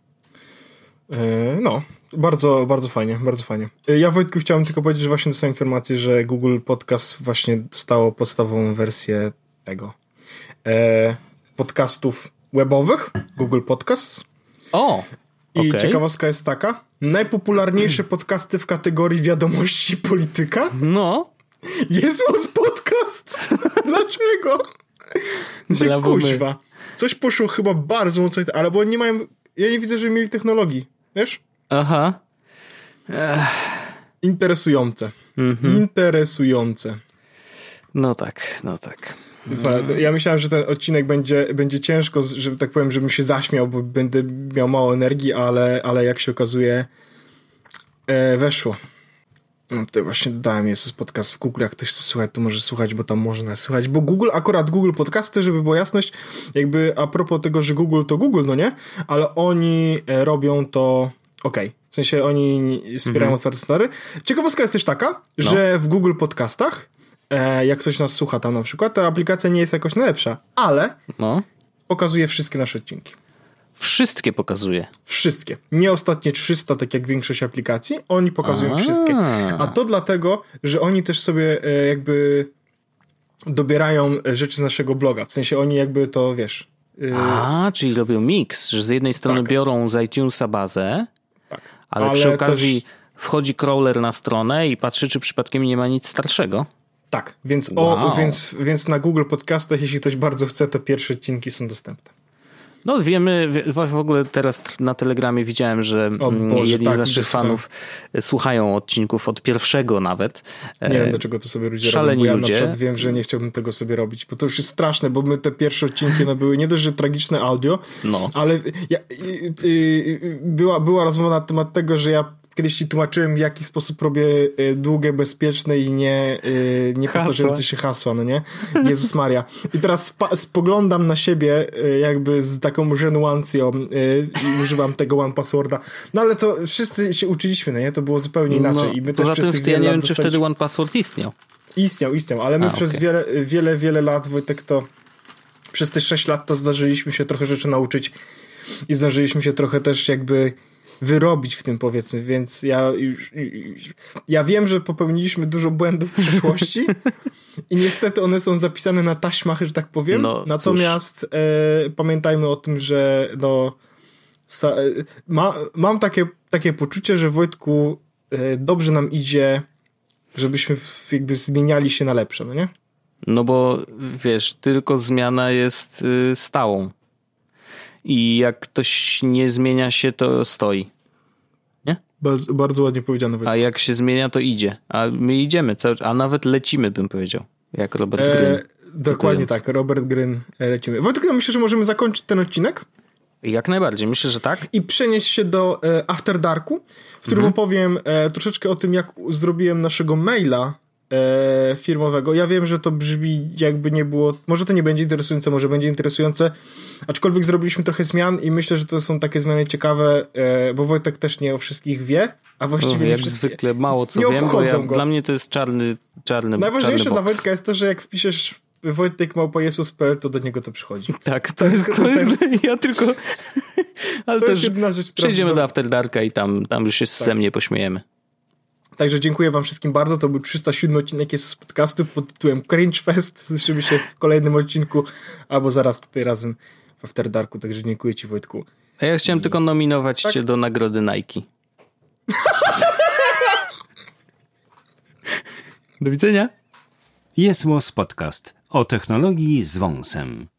No, bardzo, bardzo fajnie, bardzo fajnie. Ja, Wojtku, chciałem tylko powiedzieć, że właśnie dostałem informację, że Google Podcast właśnie dostało podstawową wersję tego podcastów webowych, Google Podcasts. I ciekawostka jest taka, najpopularniejsze podcasty w kategorii wiadomości polityka. No. Jest podcast. Dlaczego? Kuźwa. Coś poszło chyba bardzo mocno, ale bo nie mają, ja nie widzę, że mieli technologii, wiesz? Aha. Interesujące. Interesujące. No tak. Ja myślałem, że ten odcinek będzie ciężko, że tak powiem, żebym się zaśmiał, bo będę miał mało energii, ale jak się okazuje weszło. No to właśnie dodałem jest podcast w Google, jak ktoś chce słuchać, to może słuchać, bo tam można słuchać, bo Google Podcasty, żeby była jasność, jakby a propos tego, że Google to Google, no nie? Ale oni robią to w sensie oni wspierają otwarte standardy. Ciekawostka jest też taka, że w Google Podcastach jak ktoś nas słucha tam na przykład, ta aplikacja nie jest jakoś najlepsza, ale pokazuje wszystkie nasze odcinki. Wszystkie pokazuje? Wszystkie. Nie ostatnie 300, tak jak większość aplikacji. Oni pokazują wszystkie. A to dlatego, że oni też sobie jakby dobierają rzeczy z naszego bloga. W sensie oni jakby to, wiesz... czyli robią miks, że z jednej strony biorą z iTunesa bazę, ale przy okazji też... wchodzi crawler na stronę i patrzy, czy przypadkiem nie ma nic starszego. Tak, więc na Google Podcastach, jeśli ktoś bardzo chce, to pierwsze odcinki są dostępne. No wiemy, w ogóle teraz na Telegramie widziałem, że jedni z naszych fanów słuchają odcinków od pierwszego nawet. Nie wiem, dlaczego to sobie ludzie robią, bo ja na przykład wiem, że nie chciałbym tego sobie robić, bo to już jest straszne, bo my te pierwsze odcinki były nie dość, że tragiczne audio, ale była rozmowa na temat tego, że ja kiedyś ci tłumaczyłem, w jaki sposób robię długie, bezpieczne i nie powtarzające się hasła, no nie? Jezus Maria. I teraz spoglądam na siebie jakby z taką żenuancją i używam tego one passworda. No ale to wszyscy się uczyliśmy, no nie? To było zupełnie inaczej. I my też przez tych ja nie wiem, czy wtedy one password istniał. Istniał, ale my przez wiele lat, Wojtek, to przez te 6 lat to zdarzyliśmy się trochę rzeczy nauczyć i zdążyliśmy się trochę też jakby wyrobić w tym, powiedzmy, więc ja wiem, że popełniliśmy dużo błędów w przeszłości i niestety one są zapisane na taśmach, że tak powiem, natomiast pamiętajmy o tym, że mam takie poczucie, że Wojtku dobrze nam idzie, żebyśmy jakby zmieniali się na lepsze, no nie? No bo wiesz, tylko zmiana jest stałą. I jak ktoś nie zmienia się, to stoi. Nie? Bardzo ładnie powiedziane. A jak się zmienia, to idzie. A my idziemy, a nawet lecimy, bym powiedział. Jak Robert Greene. Dokładnie tak, Robert Greene lecimy. Wojtek, myślę, że możemy zakończyć ten odcinek. Jak najbardziej, myślę, że tak. I przenieść się do After Darku, w którym opowiem troszeczkę o tym, jak zrobiłem naszego maila firmowego. Ja wiem, że to brzmi jakby nie było, może to nie będzie interesujące, może będzie interesujące, aczkolwiek zrobiliśmy trochę zmian i myślę, że to są takie zmiany ciekawe, bo Wojtek też nie o wszystkich wie, a właściwie jak zwykle mało co wiem, bo dla mnie to jest czarny Najważniejsze czarny dla Wojtka jest to, że jak wpiszesz wojtek@jesus.pl, to do niego to przychodzi. Tak, to jest ja tylko ale to też jest jedna rzecz, przejdziemy do After Darka i tam już się ze mnie pośmiejemy. Także dziękuję wam wszystkim bardzo. To był 307 odcinek z podcastu pod tytułem Cringe Fest. Słyszymy się w kolejnym odcinku albo zaraz tutaj razem w After Darku. Także dziękuję ci, Wojtku. A ja chciałem tylko nominować cię do nagrody Nike. Do widzenia. Jest Podcast o technologii z wąsem.